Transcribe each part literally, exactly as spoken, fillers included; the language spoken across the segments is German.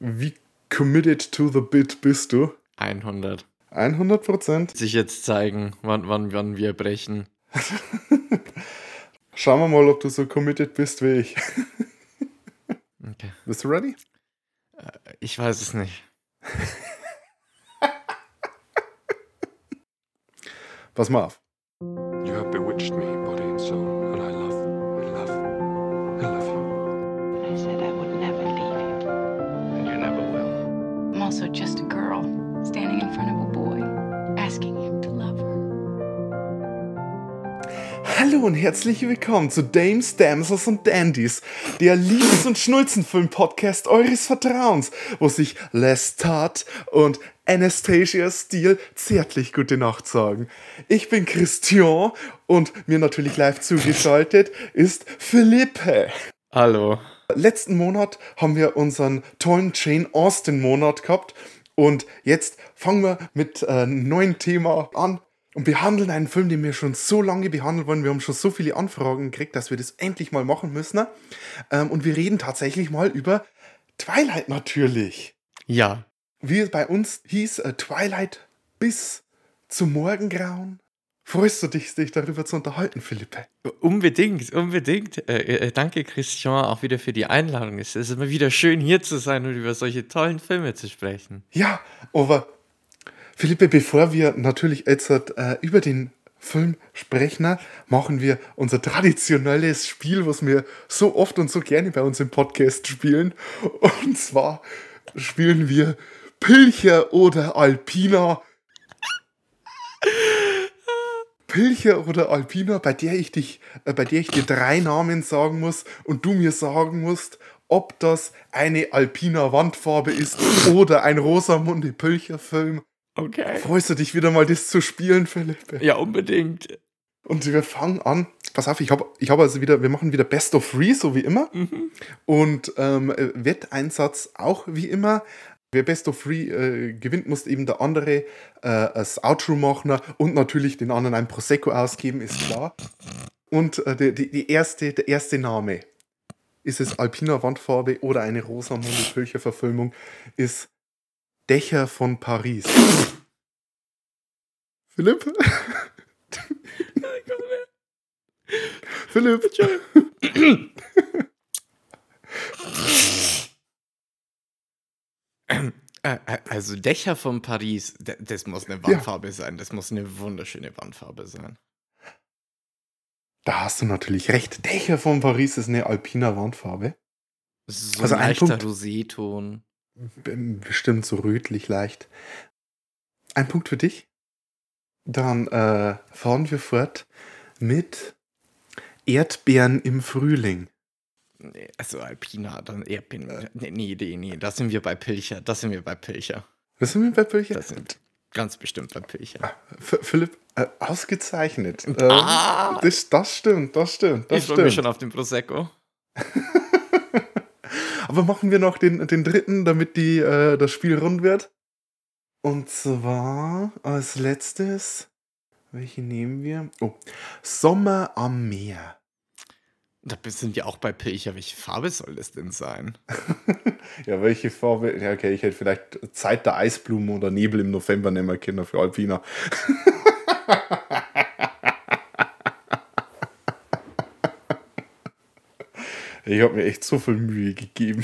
Wie committed to the bit bist du? hundert. hundert Prozent? Sich jetzt zeigen, wann, wann, wann wir brechen. Schauen wir mal, ob du so committed bist wie ich. Okay. Bist du ready? Ich weiß es nicht. Pass mal auf. You have bewitched me, body and soul, and I love, love, I love you. I said I would never leave you. And you never will. I'm also just a girl standing in front of a boy, asking him to love her. Hallo und herzlich willkommen zu Dames, Damsels und Dandies, der Liebes- und Schnulzenfilm-Podcast eures Vertrauens, wo sich Lestat und Anastasia Steele zärtlich gute Nacht sagen. Ich bin Christian und mir natürlich live zugeschaltet ist Philippe. Hallo. Letzten Monat haben wir unseren tollen Jane Austen-Monat gehabt und jetzt fangen wir mit einem neuen Thema an und behandeln einen Film, den wir schon so lange behandeln wollen. Wir haben schon so viele Anfragen gekriegt, dass wir das endlich mal machen müssen. Und wir reden tatsächlich mal über Twilight natürlich. Ja. Wie es bei uns hieß, äh, Twilight bis zum Morgengrauen. Freust du dich, dich darüber zu unterhalten, Philippe? Unbedingt, unbedingt. Äh, äh, danke, Christian, auch wieder für die Einladung. Es ist immer wieder schön, hier zu sein und über solche tollen Filme zu sprechen. Ja, aber Philippe, bevor wir natürlich jetzt äh, über den Film sprechen, machen wir unser traditionelles Spiel, was wir so oft und so gerne bei uns im Podcast spielen. Und zwar spielen wir Pilcher oder Alpina. Pilcher oder Alpina, bei der ich dich, äh, bei der ich dir drei Namen sagen muss und du mir sagen musst, ob das eine Alpina Wandfarbe ist oder ein Rosamunde Pilcher Film. Okay. Freust du dich wieder mal, das zu spielen, Philippe? Ja, unbedingt. Und wir fangen an. Pass auf, ich habe ich hab also wieder, wir machen wieder Best of Three, so wie immer. Mhm. Und ähm, Wetteinsatz auch wie immer. Wer Best of Three äh, gewinnt, muss eben der andere äh, das Outro machen und natürlich den anderen ein Prosecco ausgeben, ist klar. Und äh, die, die, die erste, der erste Name, ist es Alpina Wandfarbe oder eine Rosamunde Pilcher Verfilmung, ist Dächer von Paris. Philipp? Philipp? Also Dächer von Paris, d- das muss eine Wandfarbe ja. sein. Das muss eine wunderschöne Wandfarbe sein. Da hast du natürlich recht. Dächer von Paris ist eine Alpina Wandfarbe. So Also ein ein leichter Punkt. Roséton. Bestimmt so rötlich leicht. Ein Punkt für dich. Dann äh, fahren wir fort mit Erdbeeren im Frühling. Also Alpina, dann Erdbeeren. Nee, nee, nee, nee, da sind wir bei Pilcher. Das sind wir bei Pilcher. Was sind wir bei Pilcher? Das sind ganz bestimmt bei Pilcher. F- Philipp, äh, ausgezeichnet. Ähm, Ah! das, das stimmt, das stimmt, das Ich freue mich stimmt. schon auf den Prosecco. Aber machen wir noch den, den dritten, damit die, äh, das Spiel rund wird. Und zwar als letztes, welche nehmen wir? Oh, Sommer am Meer. Da sind wir auch bei Pilcher. Welche Farbe soll das denn sein? Ja, welche Farbe? Ja, okay, ich hätte vielleicht Zeit der Eisblumen oder Nebel im November nehmen können für Alpina. Ich habe mir echt so viel Mühe gegeben.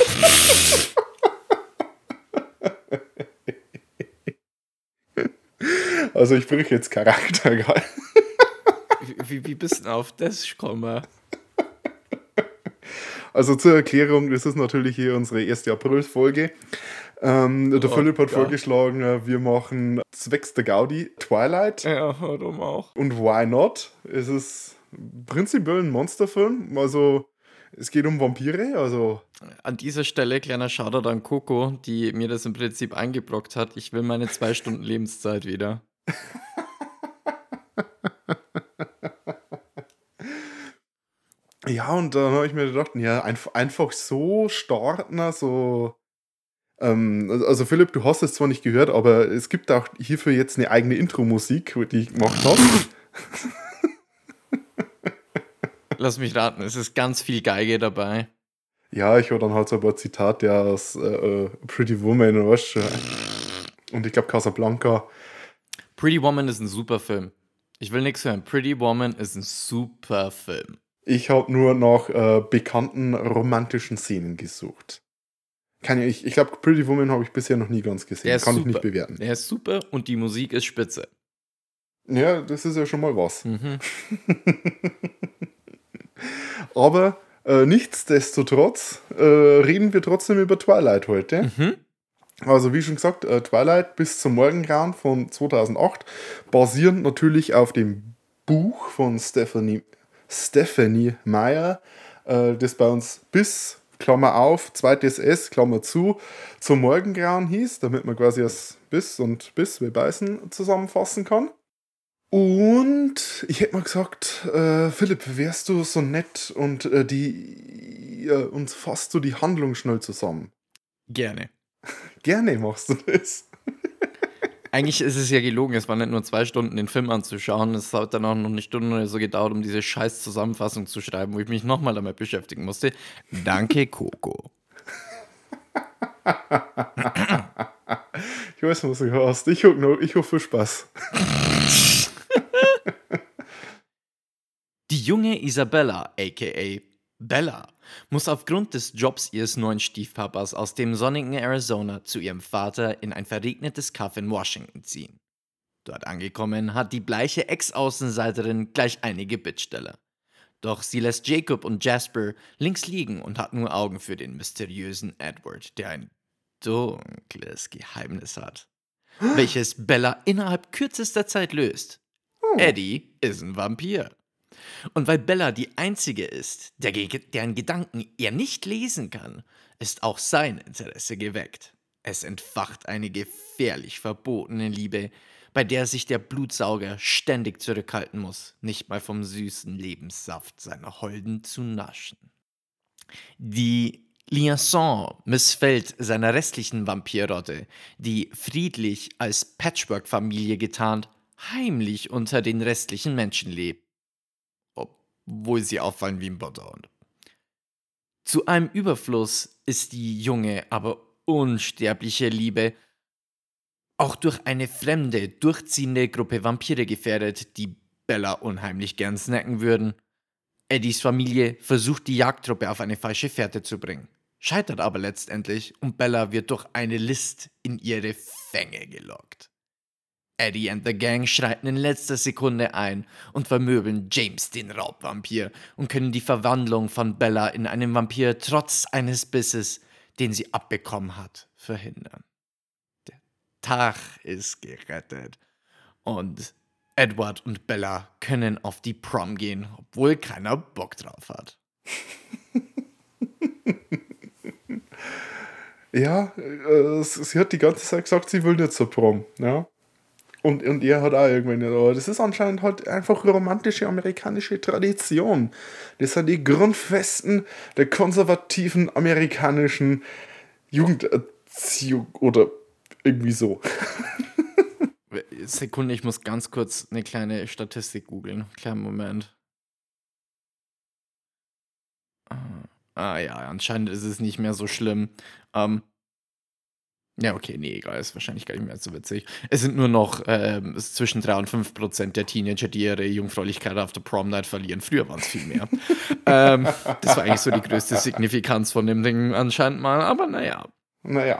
Also ich brüche jetzt Charakter, geil. Wie, wie, wie bist du denn auf das gekommen? Also zur Erklärung, das ist natürlich hier unsere erste April-Folge. Ähm, der Oh, Philipp hat ja. vorgeschlagen, äh, wir machen zwecks der Gaudi Twilight. Ja, warum auch? Und why not? Es ist prinzipiell ein Monsterfilm. Also es geht um Vampire. Also An dieser Stelle kleiner Shoutout an Coco, die mir das im Prinzip eingeblockt hat. Ich will meine zwei Stunden Lebenszeit wieder. ja, und dann habe ich mir gedacht, ja, einf- einfach so starten, so. Ähm, also Philipp, du hast es zwar nicht gehört, aber es gibt auch hierfür jetzt eine eigene Intro-Musik, die ich gemacht habe. Lass mich raten, es ist ganz viel Geige dabei. Ja, ich höre dann halt so ein paar Zitate aus äh, äh, Pretty Woman, weißt du. Und ich glaube Casablanca. Pretty Woman ist ein super Film. Ich will nichts hören. Pretty Woman ist ein super Film. Ich habe nur nach äh, bekannten romantischen Szenen gesucht. Kann ich ich glaube, Pretty Woman habe ich bisher noch nie ganz gesehen. Der ist Kann super. ich nicht bewerten. Der ist super und die Musik ist spitze. Ja, das ist ja schon mal was. Mhm. Aber äh, nichtsdestotrotz äh, reden wir trotzdem über Twilight heute. Mhm. Also wie schon gesagt, äh, Twilight bis zum Morgengrauen von zweitausendacht basierend natürlich auf dem Buch von Stephanie, Stephanie Meyer, äh, das bei uns bis, Klammer auf, zweites S, Klammer zu, zum Morgengrauen hieß, damit man quasi das bis und bis wie beißen zusammenfassen kann. Und ich hätte mal gesagt, äh, Philipp, wärst du so nett und äh, die äh, uns fasst du die Handlung schnell zusammen? Gerne. Gerne machst du das. Eigentlich ist es ja gelogen, es waren nicht nur zwei Stunden, den Film anzuschauen. Es hat dann auch noch eine Stunde oder so gedauert, um diese scheiß Zusammenfassung zu schreiben, wo ich mich nochmal damit beschäftigen musste. Danke, Coco. Ich weiß, was du hast. Ich hoffe noch, ich hoffe viel Spaß. Die junge Isabella, aka Bella, muss aufgrund des Jobs ihres neuen Stiefpapas aus dem sonnigen Arizona zu ihrem Vater in ein verregnetes Kaff in Washington ziehen. Dort angekommen hat die bleiche Ex-Außenseiterin gleich einige Bittsteller. Doch sie lässt Jacob und Jasper links liegen und hat nur Augen für den mysteriösen Edward, der ein dunkles Geheimnis hat, welches Bella innerhalb kürzester Zeit löst. Eddie ist ein Vampir. Und weil Bella die Einzige ist, der, deren Gedanken er nicht lesen kann, ist auch sein Interesse geweckt. Es entfacht eine gefährlich verbotene Liebe, bei der sich der Blutsauger ständig zurückhalten muss, nicht mal vom süßen Lebenssaft seiner Holden zu naschen. Die Liaison missfällt seiner restlichen Vampirrotte, die friedlich als Patchwork-Familie getarnt heimlich unter den restlichen Menschen lebt, obwohl sie auffallen wie ein Butterhund. Zu einem Überfluss ist die junge, aber unsterbliche Liebe auch durch eine fremde, durchziehende Gruppe Vampire gefährdet, die Bella unheimlich gern snacken würden. Eddies Familie versucht, die Jagdtruppe auf eine falsche Fährte zu bringen, scheitert aber letztendlich und Bella wird durch eine List in ihre Fänge gelockt. Eddie and the Gang schreiten in letzter Sekunde ein und vermöbeln James, den Raubvampir, und können die Verwandlung von Bella in einen Vampir trotz eines Bisses, den sie abbekommen hat, verhindern. Der Tag ist gerettet und Edward und Bella können auf die Prom gehen, obwohl keiner Bock drauf hat. Ja, äh, sie hat die ganze Zeit gesagt, sie will nicht zur Prom. Ja. Und, und er hat auch irgendwann nicht. Aber das ist anscheinend halt einfach romantische amerikanische Tradition. Das sind die Grundfesten der konservativen amerikanischen Jugenderziehung oder irgendwie so. Sekunde, ich muss ganz kurz eine kleine Statistik googeln. Kleinen Moment. Ah ja, anscheinend ist es nicht mehr so schlimm. Ähm, ja, okay, nee, egal, ist wahrscheinlich gar nicht mehr so witzig. Es sind nur noch ähm, es ist zwischen drei und fünf Prozent der Teenager, die ihre Jungfräulichkeit auf der Prom Night verlieren. Früher waren es viel mehr. ähm, das war eigentlich so die größte Signifikanz von dem Ding anscheinend mal, aber naja. Naja.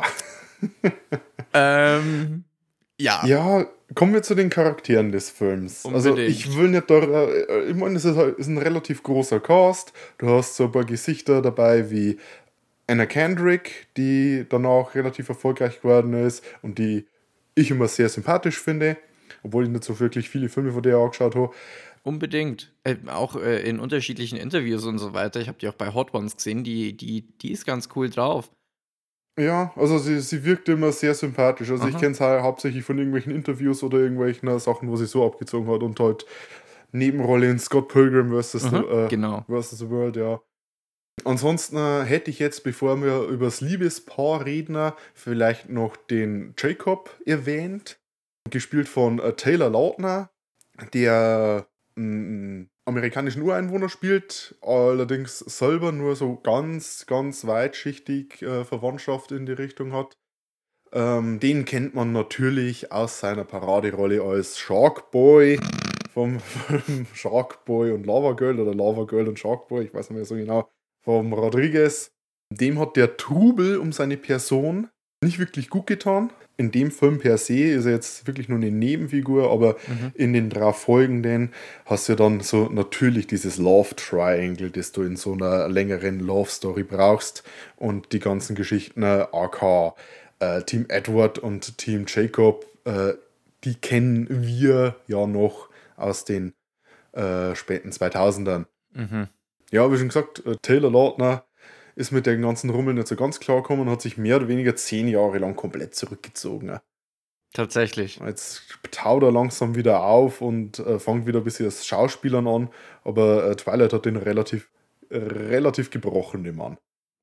ähm, ja. Ja, kommen wir zu den Charakteren des Films. Unbedingt. Also ich will nicht da, äh, ich meine, es ist, halt, ist ein relativ großer Cast. Du hast so ein paar Gesichter dabei wie Anna Kendrick, die danach relativ erfolgreich geworden ist und die ich immer sehr sympathisch finde, obwohl ich nicht so wirklich viele Filme von der angeschaut habe. Unbedingt. Äh, auch äh, in unterschiedlichen Interviews und so weiter. Ich habe die auch bei Hot Ones gesehen. Die, die, die ist ganz cool drauf. Ja, also sie, sie wirkt immer sehr sympathisch. Also Aha. ich kenne es halt hauptsächlich von irgendwelchen Interviews oder irgendwelchen Sachen, wo sie so abgezogen hat und halt Nebenrolle in Scott Pilgrim versus. Aha, the, äh, genau. versus the World, ja. Ansonsten äh, hätte ich jetzt, bevor wir über das Liebespaar reden, vielleicht noch den Jacob erwähnt. Gespielt von äh, Taylor Lautner, der einen amerikanischen Ureinwohner spielt, allerdings selber nur so ganz, ganz weitschichtig äh, Verwandtschaft in die Richtung hat. Ähm, den kennt man natürlich aus seiner Paraderolle als Shark Boy vom Film Shark Boy und Lava Girl oder Lava Girl und Shark Boy, ich weiß nicht mehr so genau, vom Rodriguez. Dem hat der Trubel um seine Person nicht wirklich gut getan. In dem Film per se ist er jetzt wirklich nur eine Nebenfigur, aber Mhm. in den darauf folgenden hast du dann so natürlich dieses Love Triangle, das du in so einer längeren Love Story brauchst und die ganzen Geschichten, äh, aka äh, Team Edward und Team Jacob, äh, die kennen wir ja noch aus den äh, späten zweitausendern. Mhm. Ja, wie schon gesagt, äh, Taylor Lautner ist mit dem ganzen Rummel nicht so ganz klar gekommen und hat sich mehr oder weniger zehn Jahre lang komplett zurückgezogen. Ja. Tatsächlich. Jetzt taut er langsam wieder auf und äh, fängt wieder ein bisschen das Schauspielern an, aber äh, Twilight hat den relativ, äh, relativ gebrochen, den Mann.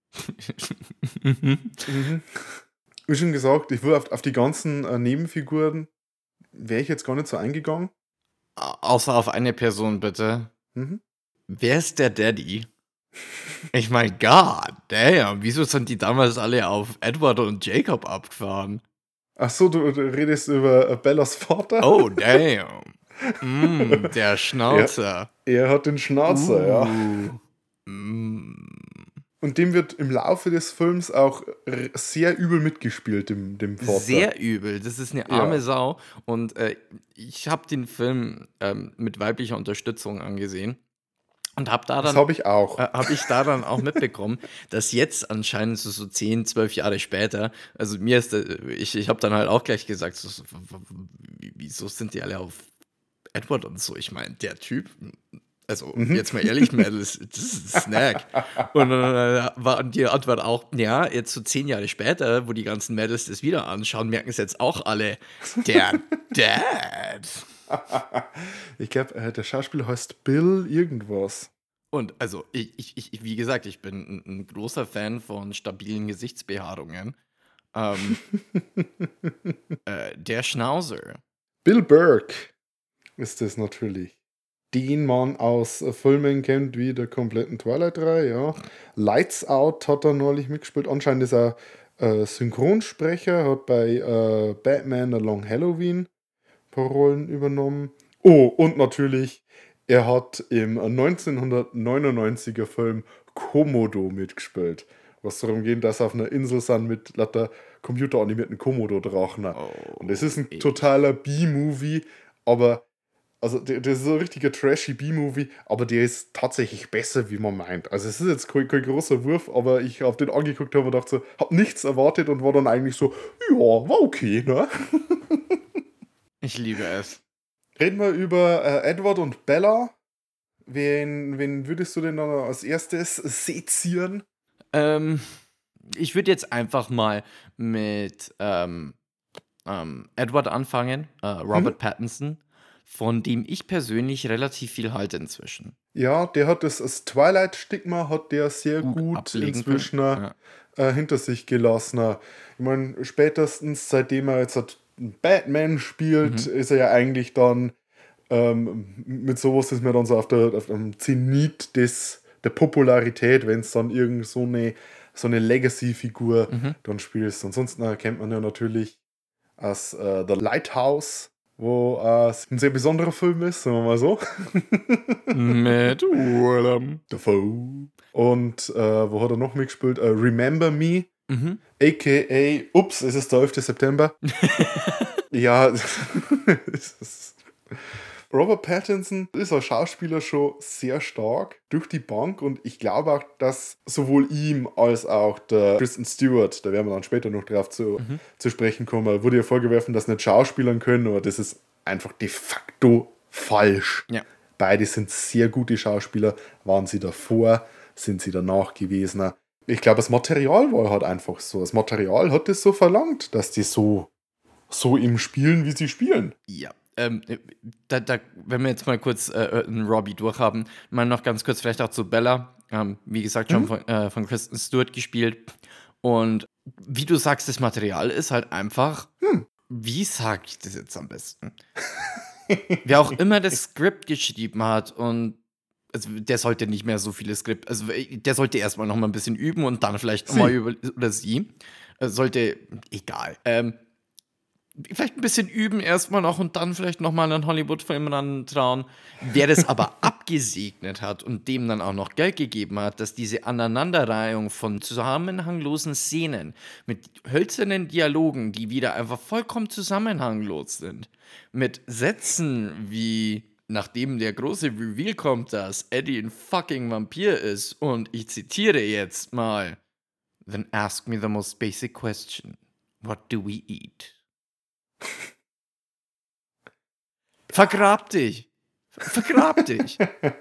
Mhm. Mhm. Wie schon gesagt, ich würde auf, auf die ganzen äh, Nebenfiguren wäre ich jetzt gar nicht so eingegangen. Au- Außer auf eine Person bitte. Mhm. Wer ist der Daddy? Ich meine, God damn, wieso sind die damals alle auf Edward und Jacob abgefahren? Ach so, du, du redest über äh, Bellas Vater? Oh, damn. Mm, der Schnauzer. Er hat den Schnauzer, ja. Uh. Mm. Und dem wird im Laufe des Films auch r- sehr übel mitgespielt, dem, dem Vater. Sehr übel. Das ist eine arme Ja. Sau. Und äh, ich habe den Film ähm, mit weiblicher Unterstützung angesehen. Und habe da Das dann habe ich auch. äh, habe ich da dann auch mitbekommen, dass jetzt anscheinend so, so zehn, zwölf Jahre später, also mir ist, äh, ich, ich habe dann halt auch gleich gesagt, so, so, w- w- wieso sind die alle auf Edward und so? Ich meine, der Typ, also Mhm. jetzt mal ehrlich, Mädel, das, das ist ein Snack. Und dann äh, war die Antwort auch, ja, jetzt so zehn Jahre später, wo die ganzen Mädels das wieder anschauen, merken es jetzt auch alle, der Dad. Ich glaube, äh, der Schauspieler heißt Bill irgendwas. Und also, ich, ich, ich, wie gesagt, ich bin ein, ein großer Fan von stabilen Gesichtsbehaarungen. Ähm, äh, der Schnauzer. Bill Burke ist das natürlich. Den man aus äh, Filmen kennt wie der kompletten Twilight-Reihe, ja. Lights Out hat er neulich mitgespielt. Anscheinend ist er äh, Synchronsprecher, hat bei äh, Batman A Long Halloween ein paar Rollen übernommen. Oh, und natürlich, er hat im neunzehnhundertneunundneunziger Film Komodo mitgespielt. Was darum geht, dass sie auf einer Insel sind mit lauter computeranimierten Komodo-Drachen. Oh, Und es ist ein ey. totaler B-Movie, aber also der, der ist so ein richtiger trashy B-Movie, aber der ist tatsächlich besser, wie man meint. Also es ist jetzt kein, kein großer Wurf, aber ich habe den angeguckt habe und dachte so, hab nichts erwartet und war dann eigentlich so, ja, war okay, ne? Ich liebe es. Reden wir über äh, Edward und Bella. Wen, wen würdest du denn dann als erstes sezieren? Ähm, ich würde jetzt einfach mal mit ähm, ähm, Edward anfangen, äh, Robert Pattinson, von dem ich persönlich relativ viel halte inzwischen. Ja, der hat das, das Twilight-Stigma hat der sehr Gut gut, ablegen inzwischen können. äh, hinter sich gelassen. Ich meine, spätestens seitdem er jetzt halt Batman spielt, ist er ja eigentlich dann ähm, mit sowas ist man dann so auf, der, auf dem Zenit des, der Popularität, wenn es dann irgend so eine, so eine Legacy-Figur Mhm. dann spielst. Ansonsten erkennt man ja natürlich aus äh, The Lighthouse, wo äh, ein sehr besonderer Film ist, sagen wir mal so. Mit Willem. Dafoe. Und äh, wo hat er noch mitgespielt? Äh, Remember Me, Mhm. aka, ups, es ist der elfte September. Ja, es ist, Robert Pattinson ist als Schauspieler schon sehr stark durch die Bank und ich glaube auch, dass sowohl ihm als auch der Kristen Stewart, da werden wir dann später noch drauf zu, Mhm. zu sprechen kommen, wurde ja vorgeworfen, dass sie nicht schauspielern können, aber das ist einfach de facto falsch. Ja. Beide sind sehr gute Schauspieler, waren sie davor, sind sie danach gewesen. Ich glaube, das Material war halt einfach so. Das Material hat es so verlangt, dass die so, so im Spielen, wie sie spielen. Ja. Ähm, da, da, wenn wir jetzt mal kurz äh, einen Robbie durchhaben, mal noch ganz kurz vielleicht auch zu Bella. Ähm, wie gesagt, schon Mhm. von, äh, von Kristen Stewart gespielt. Und wie du sagst, das Material ist halt einfach, Hm. wie sag ich das jetzt am besten? wer auch immer das Skript geschrieben hat und also der sollte nicht mehr so viele Skript, also der sollte erstmal noch mal ein bisschen üben und dann vielleicht noch mal Sie. über, oder sie, äh, sollte, egal, ähm, vielleicht ein bisschen üben erstmal noch und dann vielleicht noch mal einen Hollywood-Film rantrauen. Wer das aber abgesegnet hat und dem dann auch noch Geld gegeben hat, dass diese Aneinanderreihung von zusammenhanglosen Szenen mit hölzernen Dialogen, die wieder einfach vollkommen zusammenhanglos sind, mit Sätzen wie nachdem der große Reveal kommt, dass Eddie ein fucking Vampir ist und ich zitiere jetzt mal: Then ask me the most basic question. What do we eat? Vergrab dich. Vergrab dich.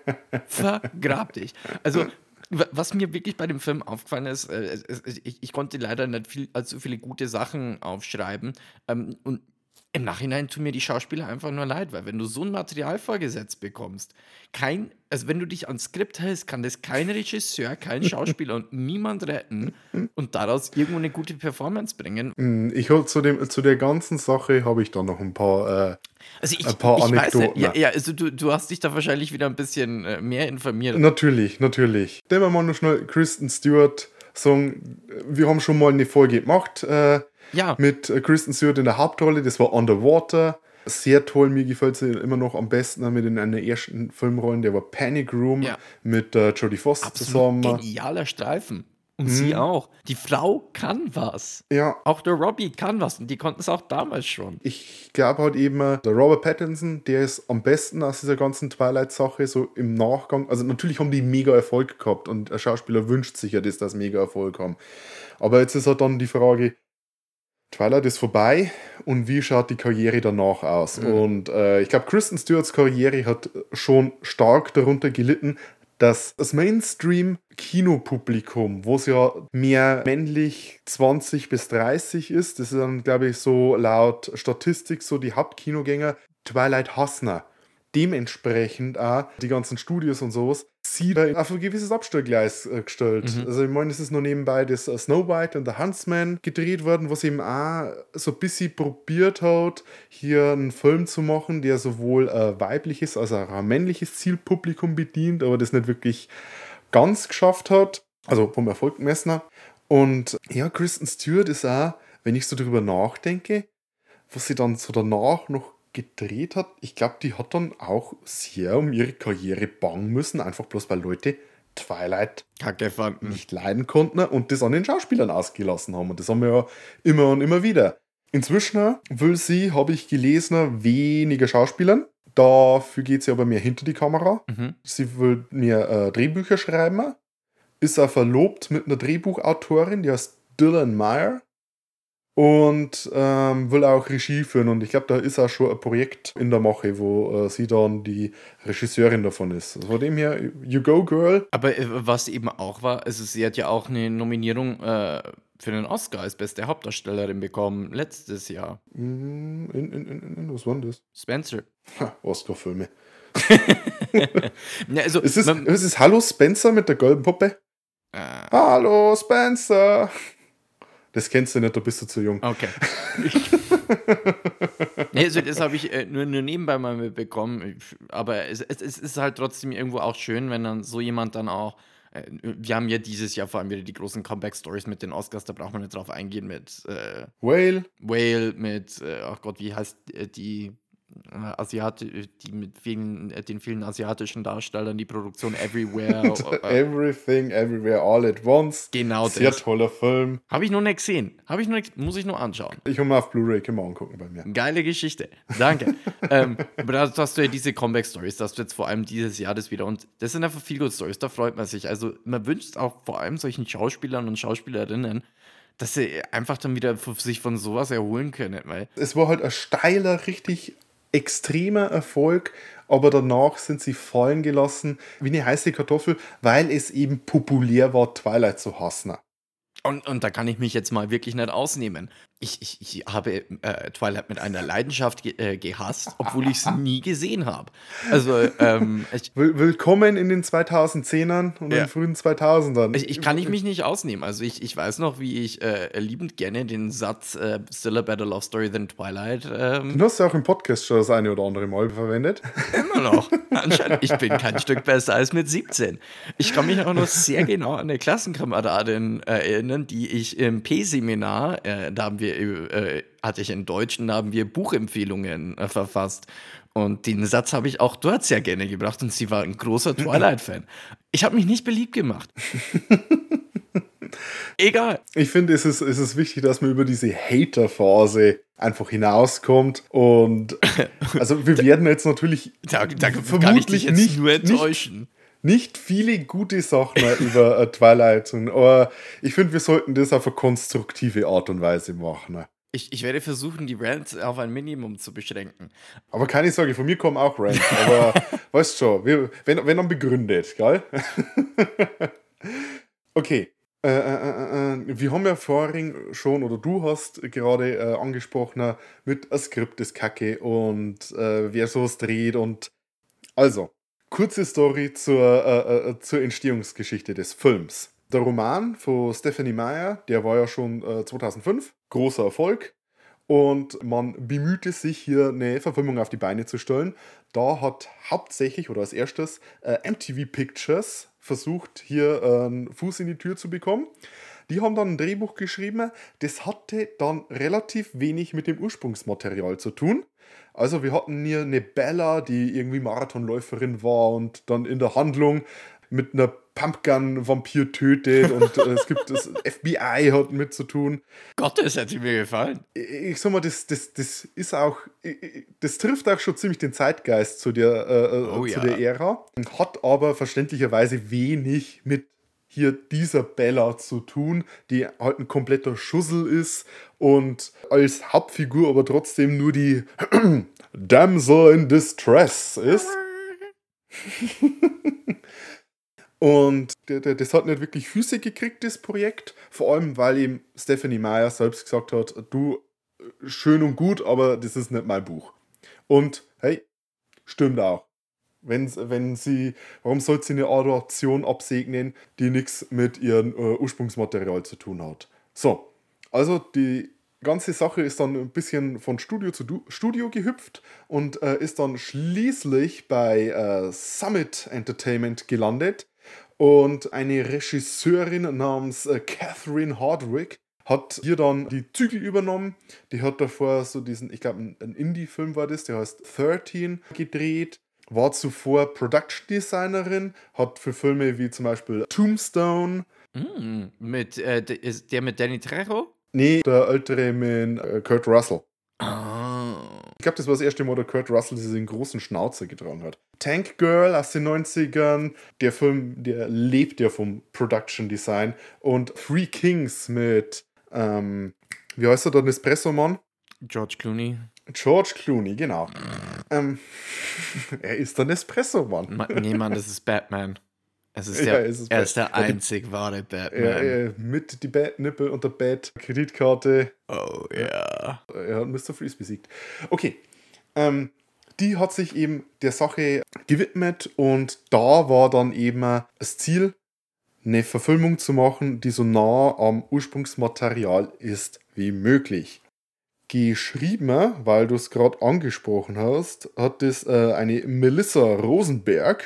Vergrab dich. Also, wa- was mir wirklich bei dem Film aufgefallen ist, äh, es- es- ich, ich konnte leider nicht viel, allzu viele gute Sachen aufschreiben. Ähm, und im Nachhinein tun mir die Schauspieler einfach nur leid, weil wenn du so ein Material vorgesetzt bekommst, kein, also wenn du dich ans Skript hältst, kann das kein Regisseur, kein Schauspieler und niemand retten und daraus irgendwo eine gute Performance bringen. Hm, Ich hol zu, dem, zu der ganzen Sache habe ich da noch ein paar. Äh, Also ich, Ein paar ich weiß nicht, Anekdoten. ja, ja, also du, du hast dich da wahrscheinlich wieder ein bisschen äh, mehr informiert. Natürlich, natürlich. Nehmen wir mal noch schnell Kristen Stewart sagen. Wir haben schon mal eine Folge gemacht äh, Ja, mit äh, Kristen Stewart in der Hauptrolle. Das war Underwater. Sehr toll. Mir gefällt sie immer noch am besten mit in einer ersten Filmrollen. Der war Panic Room Ja. mit äh, Jodie Foster absolut zusammen. genialer Streifen. Und sie auch. Die Frau kann was. Ja, Auch der Robbie kann was. Und die konnten es auch damals schon. ich glaube halt eben, äh, der Robert Pattinson, der ist am besten aus dieser ganzen Twilight-Sache so im Nachgang. Also natürlich haben die mega Erfolg gehabt und ein Schauspieler wünscht sich ja, dass das mega Erfolg haben. Aber jetzt ist halt dann die Frage, Twilight ist vorbei und wie schaut die Karriere danach aus? Mhm. Und äh, ich glaube, Kristen Stewarts Karriere hat schon stark darunter gelitten, dass das Mainstream-Kinopublikum, wo es ja mehr männlich zwanzig bis dreißig ist, das ist dann, glaube ich, so laut Statistik so die Hauptkinogänger, Twilight Hassner. Dementsprechend auch die ganzen Studios und sowas, sie da auf ein gewisses Abstellgleis äh, gestellt. Mhm. Also ich meine, es ist noch nebenbei das äh, Snow White und The Huntsman gedreht worden, was eben auch so ein bisschen probiert hat, hier einen Film zu machen, der sowohl ein weibliches als auch ein männliches Zielpublikum bedient, aber das nicht wirklich ganz geschafft hat. Also vom Erfolg gemessen. Und ja, Kristen Stewart ist auch, wenn ich so drüber nachdenke, was sie dann so danach noch gedreht hat, ich glaube, die hat dann auch sehr um ihre Karriere bangen müssen, einfach bloß weil Leute Twilight Kacke fanden. nicht leiden konnten und das an den Schauspielern ausgelassen haben. Und das haben wir ja immer und immer wieder. Inzwischen will sie, habe ich gelesen, weniger Schauspielern. Dafür geht sie aber mehr hinter die Kamera. Mhm. Sie will mehr äh, Drehbücher schreiben. Ist auch verlobt mit einer Drehbuchautorin, die heißt Dylan Meyer. Und ähm, will auch Regie führen. Und ich glaube, da ist auch schon ein Projekt in der Mache, wo äh, sie dann die Regisseurin davon ist. Also von dem her, you go, girl. Aber äh, was eben auch war, also sie hat ja auch eine Nominierung äh, für den Oscar als beste Hauptdarstellerin bekommen, letztes Jahr. Mm, In, in, in, in, was war denn das? Spencer. Ha, Oscar-Filme. Ja, also, Ist es, man, ist es Hallo Spencer mit der gelben Puppe? äh, Hallo Spencer! Das kennst du nicht, da bist du zu jung. okay. Nee, also das habe ich äh, nur, nur nebenbei mal mitbekommen. Aber es, es, es ist halt trotzdem irgendwo auch schön, wenn dann so jemand dann auch. Äh, wir haben ja dieses Jahr vor allem wieder die großen Comeback-Stories mit den Oscars, da braucht man nicht drauf eingehen mit äh, Whale. Whale, mit, äh, ach Gott, wie heißt äh, die äh, Asiate, die mit vielen, äh, den vielen asiatischen Darstellern, die Produktion Everywhere. äh, Everything, Everywhere, All at Once. genau Sehr das. toller Film. Habe ich noch nicht gesehen. Habe ich noch nicht, muss ich nur anschauen. Ich habe mal auf Blu-ray, kann man angucken bei mir. Geile Geschichte. Danke. ähm, aber da hast du ja diese Comeback-Stories, dass du jetzt vor allem dieses Jahr das wieder. Und das sind einfach Feel-Good-Stories, da freut man sich. Also, man wünscht auch vor allem solchen Schauspielern und Schauspielerinnen, dass sie einfach dann wieder f- sich von sowas erholen können. Weil, Es war halt ein steiler, richtig extremer Erfolg, aber danach sind sie fallen gelassen wie eine heiße Kartoffel, weil es eben populär war, Twilight zu hassen. und, und da kann ich mich jetzt mal wirklich nicht ausnehmen. Ich, ich, ich habe äh, Twilight mit einer Leidenschaft ge äh, gehasst, obwohl ich es nie gesehen habe. Also, ähm, ich, Will willkommen in den zweitausendzehnern und Ja. den frühen zweitausendern. ich, ich kann ich mich nicht ausnehmen. Also, ich, ich weiß noch, wie ich äh, liebend gerne den Satz äh, Still a better love story than Twilight ähm, Du hast ja auch im Podcast schon das eine oder andere Mal verwendet. immer noch. Anscheinend, ich bin kein Stück besser als mit siebzehn. Ich kann mich auch noch sehr genau an eine Klassenkameradin erinnern, die ich im P-Seminar, äh, da haben wir, äh, hatte ich in Deutschen, da haben wir Buchempfehlungen äh, verfasst. Und den Satz habe ich auch dort sehr gerne gebracht und sie war ein großer Twilight-Fan. Ich habe mich nicht beliebt gemacht. Egal. Ich finde, es ist, es ist wichtig, dass man über diese Hater-Phase einfach hinauskommt. Und also wir werden jetzt natürlich Da, da kann ich vermutlich dich jetzt nicht, nur nicht, enttäuschen. nicht viele gute Sachen über äh, Twilight tun. Aber ich finde, wir sollten das auf eine konstruktive Art und Weise machen. Ich, ich werde versuchen, die Rants auf ein Minimum zu beschränken. Aber keine Sorge, von mir kommen auch Rants. Aber weißt schon, wir, wenn, wenn dann begründet, gell? Okay. Äh, äh, äh, wir haben ja vorhin schon, oder du hast gerade äh, angesprochen, mit ein Skript ist kacke und äh, wer sowas dreht und also, kurze Story zur, äh, äh, zur Entstehungsgeschichte des Films. Der Roman von Stephenie Meyer, der war ja schon äh, zweitausendfünf, großer Erfolg. Und man bemühte sich hier eine Verfilmung auf die Beine zu stellen. Da hat hauptsächlich oder als erstes äh, M T V Pictures versucht, hier äh, einen Fuß in die Tür zu bekommen. Die haben dann ein Drehbuch geschrieben, das hatte dann relativ wenig mit dem Ursprungsmaterial zu tun. Also wir hatten hier eine Bella, die irgendwie Marathonläuferin war und dann in der Handlung mit einer Pumpgun-Vampir tötet und äh, es gibt das F B I hat mit zu tun. Gott, das hätte mir gefallen. Ich sag mal, das, das, das ist auch, das trifft auch schon ziemlich den Zeitgeist zu der, äh, Oh zu ja. der Ära, hat aber verständlicherweise wenig mit hier dieser Bella zu tun, die halt ein kompletter Schussel ist und als Hauptfigur aber trotzdem nur die Damsel in Distress ist. Und d- d- das hat nicht wirklich Füße gekriegt, das Projekt. Vor allem, weil ihm Stephenie Meyer selbst gesagt hat, du, schön und gut, aber das ist nicht mein Buch. Und hey, stimmt auch. Wenn, wenn sie, warum soll sie eine Adaption absegnen, die nichts mit ihrem äh, Ursprungsmaterial zu tun hat? So, also die ganze Sache ist dann ein bisschen von Studio zu du Studio gehüpft und äh, ist dann schließlich bei äh, Summit Entertainment gelandet. Und eine Regisseurin namens äh, Catherine Hardwicke hat hier dann die Zügel übernommen. Die hat davor so diesen, ich glaube, ein, ein Indie-Film war das, der heißt dreizehn gedreht. War zuvor Production Designerin, hat für Filme wie zum Beispiel Tombstone, Mm, mit, äh, d- ist der mit Danny Trejo? nee, der ältere mit äh, Kurt Russell. Ah. Ich glaube, das war das erste Mal, der Kurt Russell diesen großen Schnauzer getragen hat. Tank Girl aus den neunzigern, der Film, der lebt ja vom Production Design. Und Three Kings mit, ähm, wie heißt er da, Nespresso-Mann? George Clooney. George Clooney, genau. Ähm, er ist der Nespresso-Mann. Ma nee, Mann, das ist Batman. Es ist Ja, der, es ist er Bat- ist der Ja, die- einzig wahre Batman. Äh, äh, mit die Bad-Nippel und der Bad-Kreditkarte. Oh ja. Er hat Mister Freeze besiegt. Okay. Ähm, die hat sich eben der Sache gewidmet und da war dann eben das Ziel, eine Verfilmung zu machen, die so nah am Ursprungsmaterial ist wie möglich. Geschrieben, weil du es gerade angesprochen hast, hat das äh, eine Melissa Rosenberg.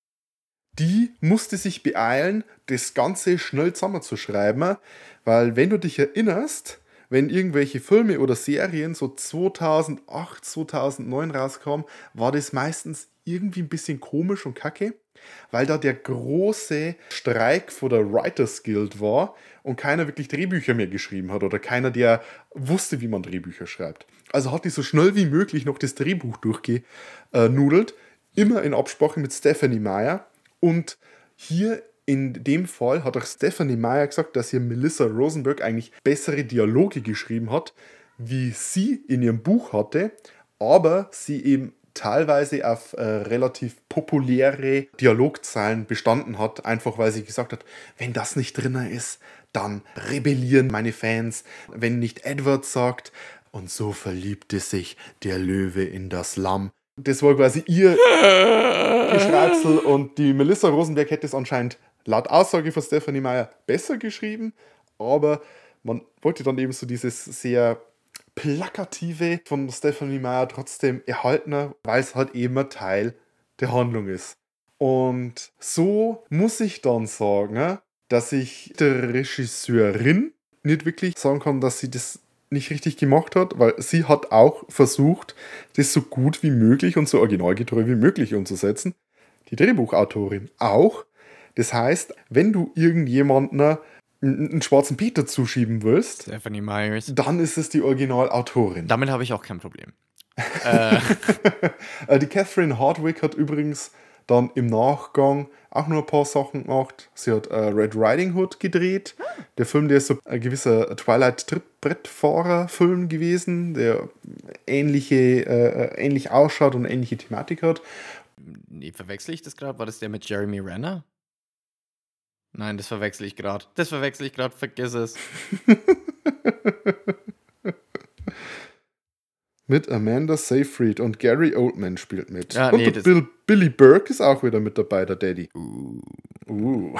Die musste sich beeilen, das Ganze schnell zusammenzuschreiben, weil wenn du dich erinnerst, wenn irgendwelche Filme oder Serien so zweitausendacht, zweitausendneun rauskamen, war das meistens irgendwie ein bisschen komisch und kacke, weil da der große Streik vor der Writers Guild war und keiner wirklich Drehbücher mehr geschrieben hat oder keiner, der wusste, wie man Drehbücher schreibt. Also hat die so schnell wie möglich noch das Drehbuch durchgenudelt, immer in Absprache mit Stephenie Meyer. Und hier in dem Fall hat auch Stephenie Meyer gesagt, dass hier Melissa Rosenberg eigentlich bessere Dialoge geschrieben hat, wie sie in ihrem Buch hatte, aber sie eben teilweise auf äh, relativ populäre Dialogzeilen bestanden hat, einfach weil sie gesagt hat, wenn das nicht drin ist, dann rebellieren meine Fans, wenn nicht Edward sagt, und so verliebte sich der Löwe in das Lamm. Das war quasi ihr Geschreibsel und die Melissa Rosenberg hätte es anscheinend laut Aussage von Stephenie Meyer besser geschrieben, aber man wollte dann eben so dieses sehr plakative von Stephenie Meyer trotzdem erhalten, weil es halt eben ein Teil der Handlung ist. Und so muss ich dann sagen, dass ich der Regisseurin nicht wirklich sagen kann, dass sie das nicht richtig gemacht hat, weil sie hat auch versucht, das so gut wie möglich und so originalgetreu wie möglich umzusetzen. Die Drehbuchautorin auch. Das heißt, wenn du irgendjemanden einen schwarzen Peter zuschieben willst, Stephenie Meyers. dann ist es die Originalautorin. Damit habe ich auch kein Problem. äh. Die Catherine Hardwicke hat übrigens dann im Nachgang auch noch ein paar Sachen gemacht. Sie hat äh, Red Riding Hood gedreht. Der Film, der ist so ein gewisser Twilight-Trittbrettfahrer-Film gewesen, der ähnliche, äh, ähnlich ausschaut und ähnliche Thematik hat. Nee, verwechsel ich das gerade? War das der mit Jeremy Renner? Nein, das verwechsel ich gerade. Das verwechsel ich gerade, vergiss es. Mit Amanda Seyfried und Gary Oldman spielt mit. Ja, und nee, der Bill, Billy Burke ist auch wieder mit dabei, der Daddy. Uh. Uh.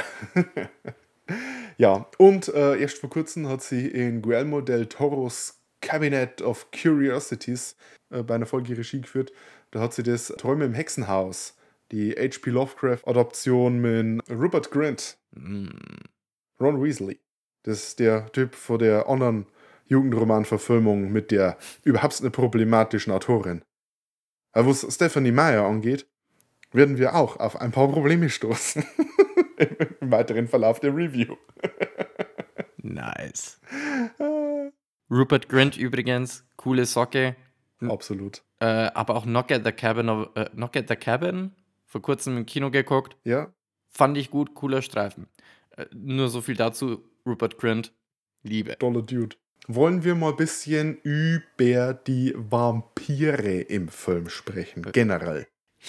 Ja, und äh, erst vor kurzem hat sie in Guillermo del Toros Cabinet of Curiosities äh, bei einer Folge Regie geführt. Da hat sie das Träume im Hexenhaus, die H P Lovecraft-Adaption mit Rupert Grint, Mm. Ron Weasley. Das ist der Typ von der anderen Jugendroman-Verfilmung mit der überhaupt nicht problematischen Autorin. Aber was Stephenie Meyer angeht, werden wir auch auf ein paar Probleme stoßen. Im weiteren Verlauf der Review. Nice. Rupert Grint übrigens, coole Socke. Absolut. Äh, aber auch Knock at the Cabin, of, äh, Knock at the Cabin, vor kurzem im Kino geguckt. Ja. Fand ich gut, cooler Streifen. Äh, nur so viel dazu, Rupert Grint, Liebe. Toller Dude. Wollen wir mal ein bisschen über die Vampire im Film sprechen, generell.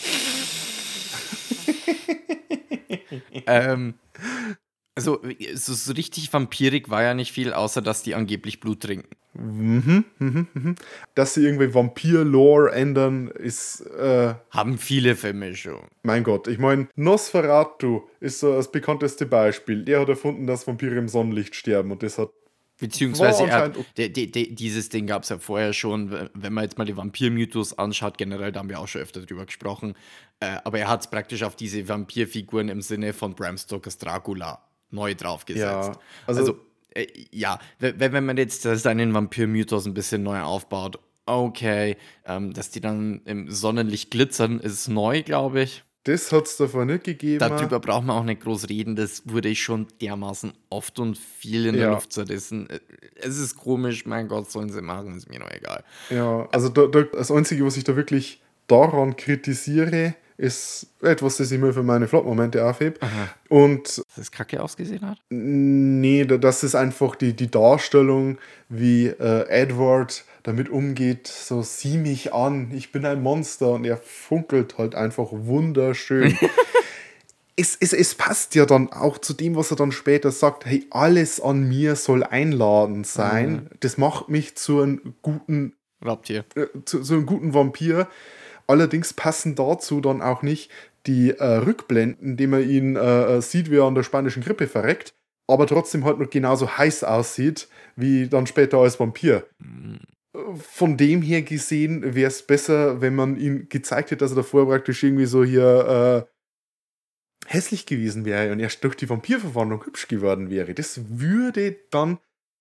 ähm, also, so, so richtig vampirig war ja nicht viel, außer dass die angeblich Blut trinken. Mhm, mhm, mhm. Dass sie irgendwie Vampir-Lore ändern, ist, äh, Haben viele Filme schon. mein Gott, ich meine, Nosferatu ist so das bekannteste Beispiel. Der hat erfunden, dass Vampire im Sonnenlicht sterben und das hat Beziehungsweise, War er, anscheinend- de, de, de, dieses Ding gab es ja vorher schon, wenn man jetzt mal die Vampir-Mythos anschaut, generell, da haben wir auch schon öfter drüber gesprochen, äh, aber er hat es praktisch auf diese Vampirfiguren im Sinne von Bram Stokers Dracula neu draufgesetzt. Ja, also- also, äh, ja, wenn, wenn man jetzt seinen Vampir-Mythos ein bisschen neu aufbaut, okay, ähm, dass die dann im Sonnenlicht glitzern, ist neu, glaube ich. Das hat es davor nicht gegeben. Darüber braucht man auch nicht groß reden, das wurde ich schon dermaßen oft und viel in der Ja. Luft zerrissen. Es ist komisch, mein Gott, sollen sie machen, ist mir noch egal. Ja, also da, da, das Einzige, was ich da wirklich daran kritisiere, ist etwas, das ich mir für meine Flop-Momente aufhebe. Und Dass das kacke ausgesehen hat? nee, da- das ist einfach die, die Darstellung, wie äh, Edward damit umgeht, so sieh mich an, ich bin ein Monster und er funkelt halt einfach wunderschön. es, es, es passt ja dann auch zu dem, was er dann später sagt, hey, alles an mir soll einladend sein. Das macht mich zu einem guten Raubtier. äh, zu so einem guten Vampir. Allerdings passen dazu dann auch nicht die äh, Rückblenden, indem man ihn äh, sieht, wie er an der spanischen Grippe verreckt, aber trotzdem halt noch genauso heiß aussieht, wie dann später als Vampir. Von dem her gesehen wäre es besser, wenn man ihn gezeigt hätte, dass er davor praktisch irgendwie so hier äh, hässlich gewesen wäre und erst durch die Vampirverwandlung hübsch geworden wäre. Das würde dann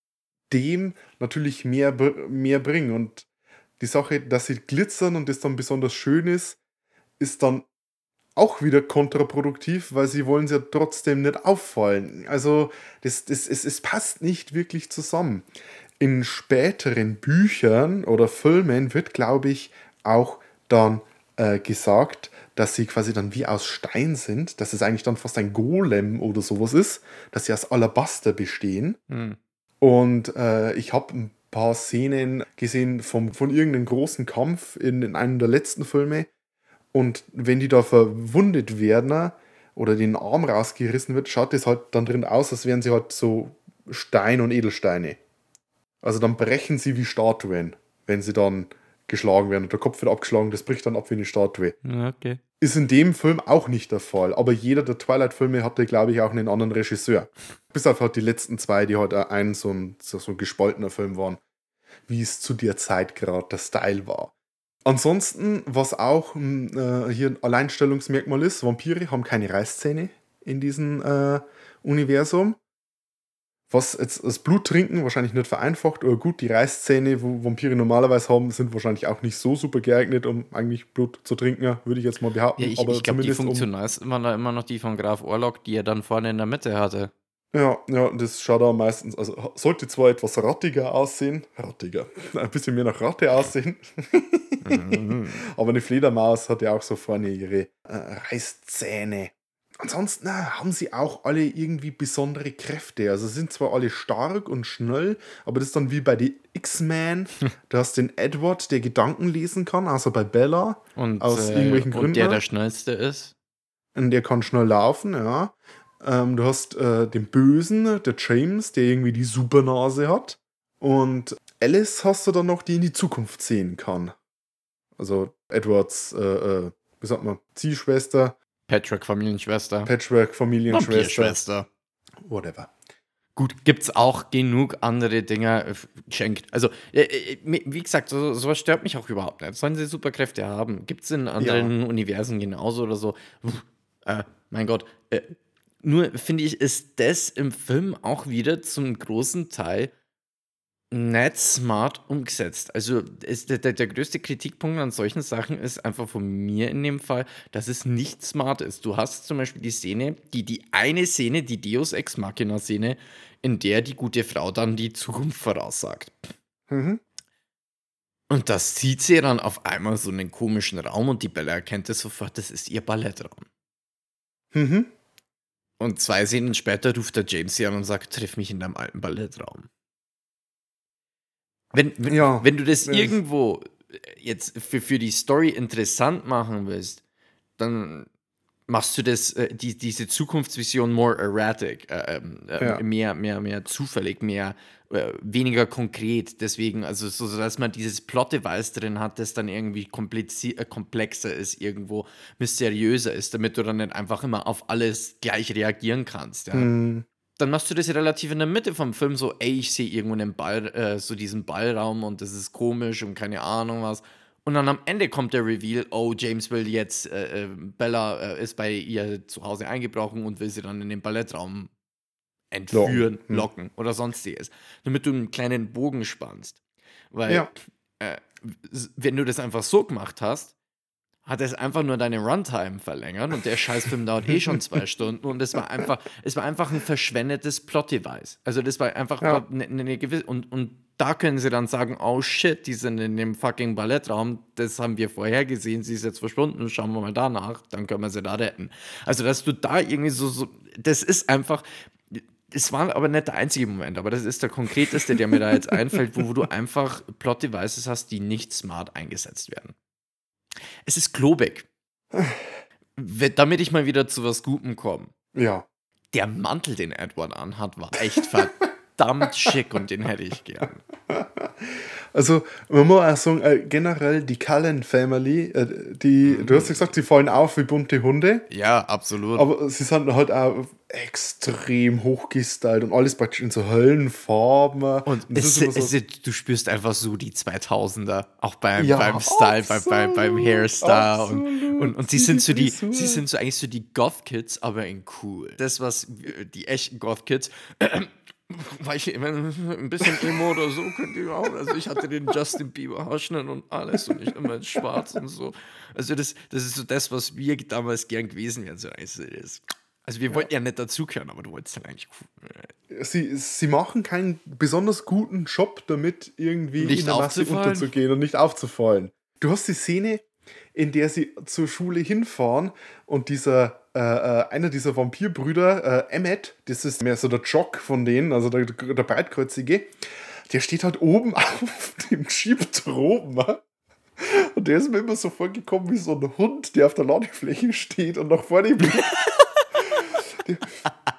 dem natürlich mehr, br- mehr bringen. Und die Sache, dass sie glitzern und das dann besonders schön ist, ist dann auch wieder kontraproduktiv, weil sie wollen ja trotzdem nicht auffallen. Also das, das, es, es passt nicht wirklich zusammen. In späteren Büchern oder Filmen wird, glaube ich, auch dann äh, gesagt, dass sie quasi dann wie aus Stein sind, dass es eigentlich dann fast ein Golem oder sowas ist, dass sie aus Alabaster bestehen. Hm. Und äh, ich habe ein paar Szenen gesehen vom, von irgendeinem großen Kampf in, in einem der letzten Filme. Und wenn die da verwundet werden oder den Arm rausgerissen wird, schaut das halt dann drin aus, als wären sie halt so Stein und Edelsteine. Also dann brechen sie wie Statuen, wenn sie dann geschlagen werden. Und der Kopf wird abgeschlagen, das bricht dann ab wie eine Statue. Okay. Ist in dem Film auch nicht der Fall. Aber jeder der Twilight-Filme hatte, glaube ich, auch einen anderen Regisseur. Bis auf halt die letzten zwei, die halt auch ein so ein, so ein gespaltener Film waren. Wie es zu der Zeit gerade der Style war. Ansonsten, was auch äh, hier ein Alleinstellungsmerkmal ist, Vampire haben keine Reißzähne in diesem äh, Universum. Was jetzt das Bluttrinken wahrscheinlich nicht vereinfacht, oder gut, die Reißzähne, wo Vampire normalerweise haben, sind wahrscheinlich auch nicht so super geeignet, um eigentlich Blut zu trinken, würde ich jetzt mal behaupten. Ja, ich, aber ich glaube, die zumindest um, funktional ist immer noch, immer noch die von Graf Orlok, die er dann vorne in der Mitte hatte. ja, ja, das schaut auch meistens, also sollte zwar etwas rattiger aussehen, rattiger, ein bisschen mehr nach Ratte aussehen, aber eine Fledermaus hat ja auch so vorne ihre äh, Reißzähne. Ansonsten na, haben sie auch alle irgendwie besondere Kräfte. Also sind zwar alle stark und schnell, aber das ist dann wie bei den X-Men. Du hast den Edward, der Gedanken lesen kann, außer bei Bella. Und, aus äh, irgendwelchen Gründen. und der der schnellste ist. Und der kann schnell laufen, ja. Ähm, du hast äh, den Bösen, der James, der irgendwie die Supernase hat. Und Alice hast du dann noch, die in die Zukunft sehen kann. Also Edwards, äh, äh, wie sagt man, Ziehschwester. Patrick, Familienschwester. Patchwork, Familienschwester. Vampirschwester. Whatever. Gut, gibt's auch genug andere Dinge äh, geschenkt. Also, äh, äh, wie gesagt, so, sowas stört mich auch überhaupt nicht. Sollen sie Superkräfte haben? Gibt's in anderen Universen genauso oder so? Puh, äh, mein Gott. Äh, nur finde ich, ist das im Film auch wieder zum großen Teil nicht smart umgesetzt. Also ist der, der, der größte Kritikpunkt an solchen Sachen ist einfach von mir in dem Fall, dass es nicht smart ist. Du hast zum Beispiel die Szene, die, die eine Szene, die Deus Ex Machina Szene, in der die gute Frau dann die Zukunft voraussagt. Mhm. Und das sieht sie dann auf einmal so einen komischen Raum und die Bella erkennt es sofort, das ist ihr Ballettraum. Mhm. Und zwei Szenen später ruft der James sie an und sagt, triff mich in deinem alten Ballettraum. Wenn, wenn, Ja. wenn du das Ja. irgendwo jetzt für, für die Story interessant machen willst, dann machst du das, äh, die, diese Zukunftsvision more erratic, äh, äh, Ja. mehr, mehr, mehr zufällig, mehr, äh, weniger konkret. Deswegen, also so, dass man dieses Plot-Device drin hat, das dann irgendwie komplizi- äh, komplexer ist, irgendwo mysteriöser ist, damit du dann nicht einfach immer auf alles gleich reagieren kannst. Ja. Mhm. Dann machst du das relativ in der Mitte vom Film so, ey, ich sehe irgendwo einen Ball, äh, so diesen Ballraum und das ist komisch und keine Ahnung was. Und dann am Ende kommt der Reveal, oh, James will jetzt, äh, äh, Bella äh, ist bei ihr zu Hause eingebrochen und will sie dann in den Ballettraum entführen, Locken. Hm. locken oder sonstiges. Damit du einen kleinen Bogen spannst. Weil, Ja. äh, s- wenn du das einfach so gemacht hast, hat es einfach nur deine Runtime verlängert und der Scheißfilm dauert eh schon zwei Stunden und es war einfach, es war einfach ein verschwendetes Plot-Device. Also das war einfach Ja. eine, eine gewisse, und, und da können sie dann sagen, oh shit, die sind in dem fucking Ballettraum, das haben wir vorher gesehen, sie ist jetzt verschwunden, schauen wir mal danach, dann können wir sie da retten. Also dass du da irgendwie so, so das ist einfach, es war aber nicht der einzige Moment, aber das ist der konkreteste, der mir da jetzt einfällt, wo, wo du einfach Plot-Devices hast, die nicht smart eingesetzt werden. Es ist klobig. We- Damit ich mal wieder zu was Gutem komme. Ja. Der Mantel, den Edward anhat, war echt verdammt schick und den hätte ich gern. Also, man muss auch sagen, äh, generell die Cullen Family, äh, die, du hast ja gesagt, sie fallen auf wie bunte Hunde, Ja, absolut. aber sie sind halt auch extrem hochgestylt und alles praktisch in so Höllenfarben. und das es, ist immer so, es, du spürst einfach so die zweitausender, auch beim, Ja, beim Style, bei, bei, beim absolut, Hairstyle. Und, absolut. und, und sie Die sind so die, Frisur. sie sind so eigentlich so die Goth-Kids, aber in cool. Das, was äh, die echten Goth-Kids, war ich immer ein bisschen Emo oder so, könnt ihr auch. Also ich hatte den Justin Bieber Haarschnitt und alles und ich immer in schwarz und so. Also das, das ist so das, was wir damals gern gewesen wären. So also, das, also wir wollten ja nicht dazugehören, aber du wolltest dann eigentlich cool. sie, sie machen keinen besonders guten Job damit, irgendwie Nicht in der Masse aufzufallen? unterzugehen und nicht aufzufallen. Du hast die Szene, in der sie zur Schule hinfahren und dieser äh, äh, einer dieser Vampirbrüder, äh, Emmett, das ist mehr so der Jock von denen, also der, der Breitkreuzige, der steht halt oben auf dem Jeep droben. Und der ist mir immer so vorgekommen wie so ein Hund, der auf der Ladefläche steht und nach vorne blickt.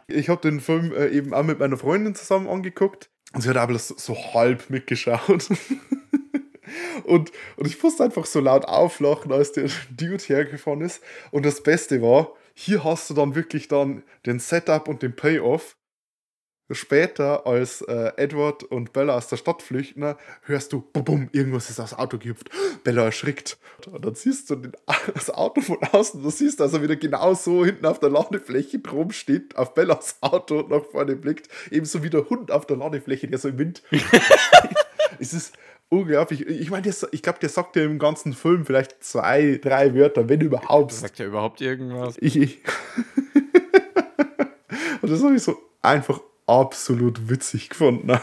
Ich habe den Film äh, eben auch mit meiner Freundin zusammen angeguckt und sie hat aber so, so halb mitgeschaut. und, und ich musste einfach so laut auflachen, als der Dude hergefahren ist. Und das Beste war, hier hast du dann wirklich dann den Setup und den Payoff. Später, als äh, Edward und Bella aus der Stadt flüchten, hörst du, bum, bum, irgendwas ist aufs Auto gehüpft. Bella erschrickt. Und dann siehst du den, das Auto von außen, du siehst, dass er wieder genau so hinten auf der Ladefläche drum steht, auf Bellas Auto und nach vorne blickt. Ebenso wie der Hund auf der Ladefläche, der so im Wind. Es ist unglaublich. Ich meine, ich glaube, der sagt ja im ganzen Film vielleicht zwei, drei Wörter, wenn überhaupt. Sagt er überhaupt irgendwas? Ich, ich. Und das habe ich so einfach absolut witzig gefunden.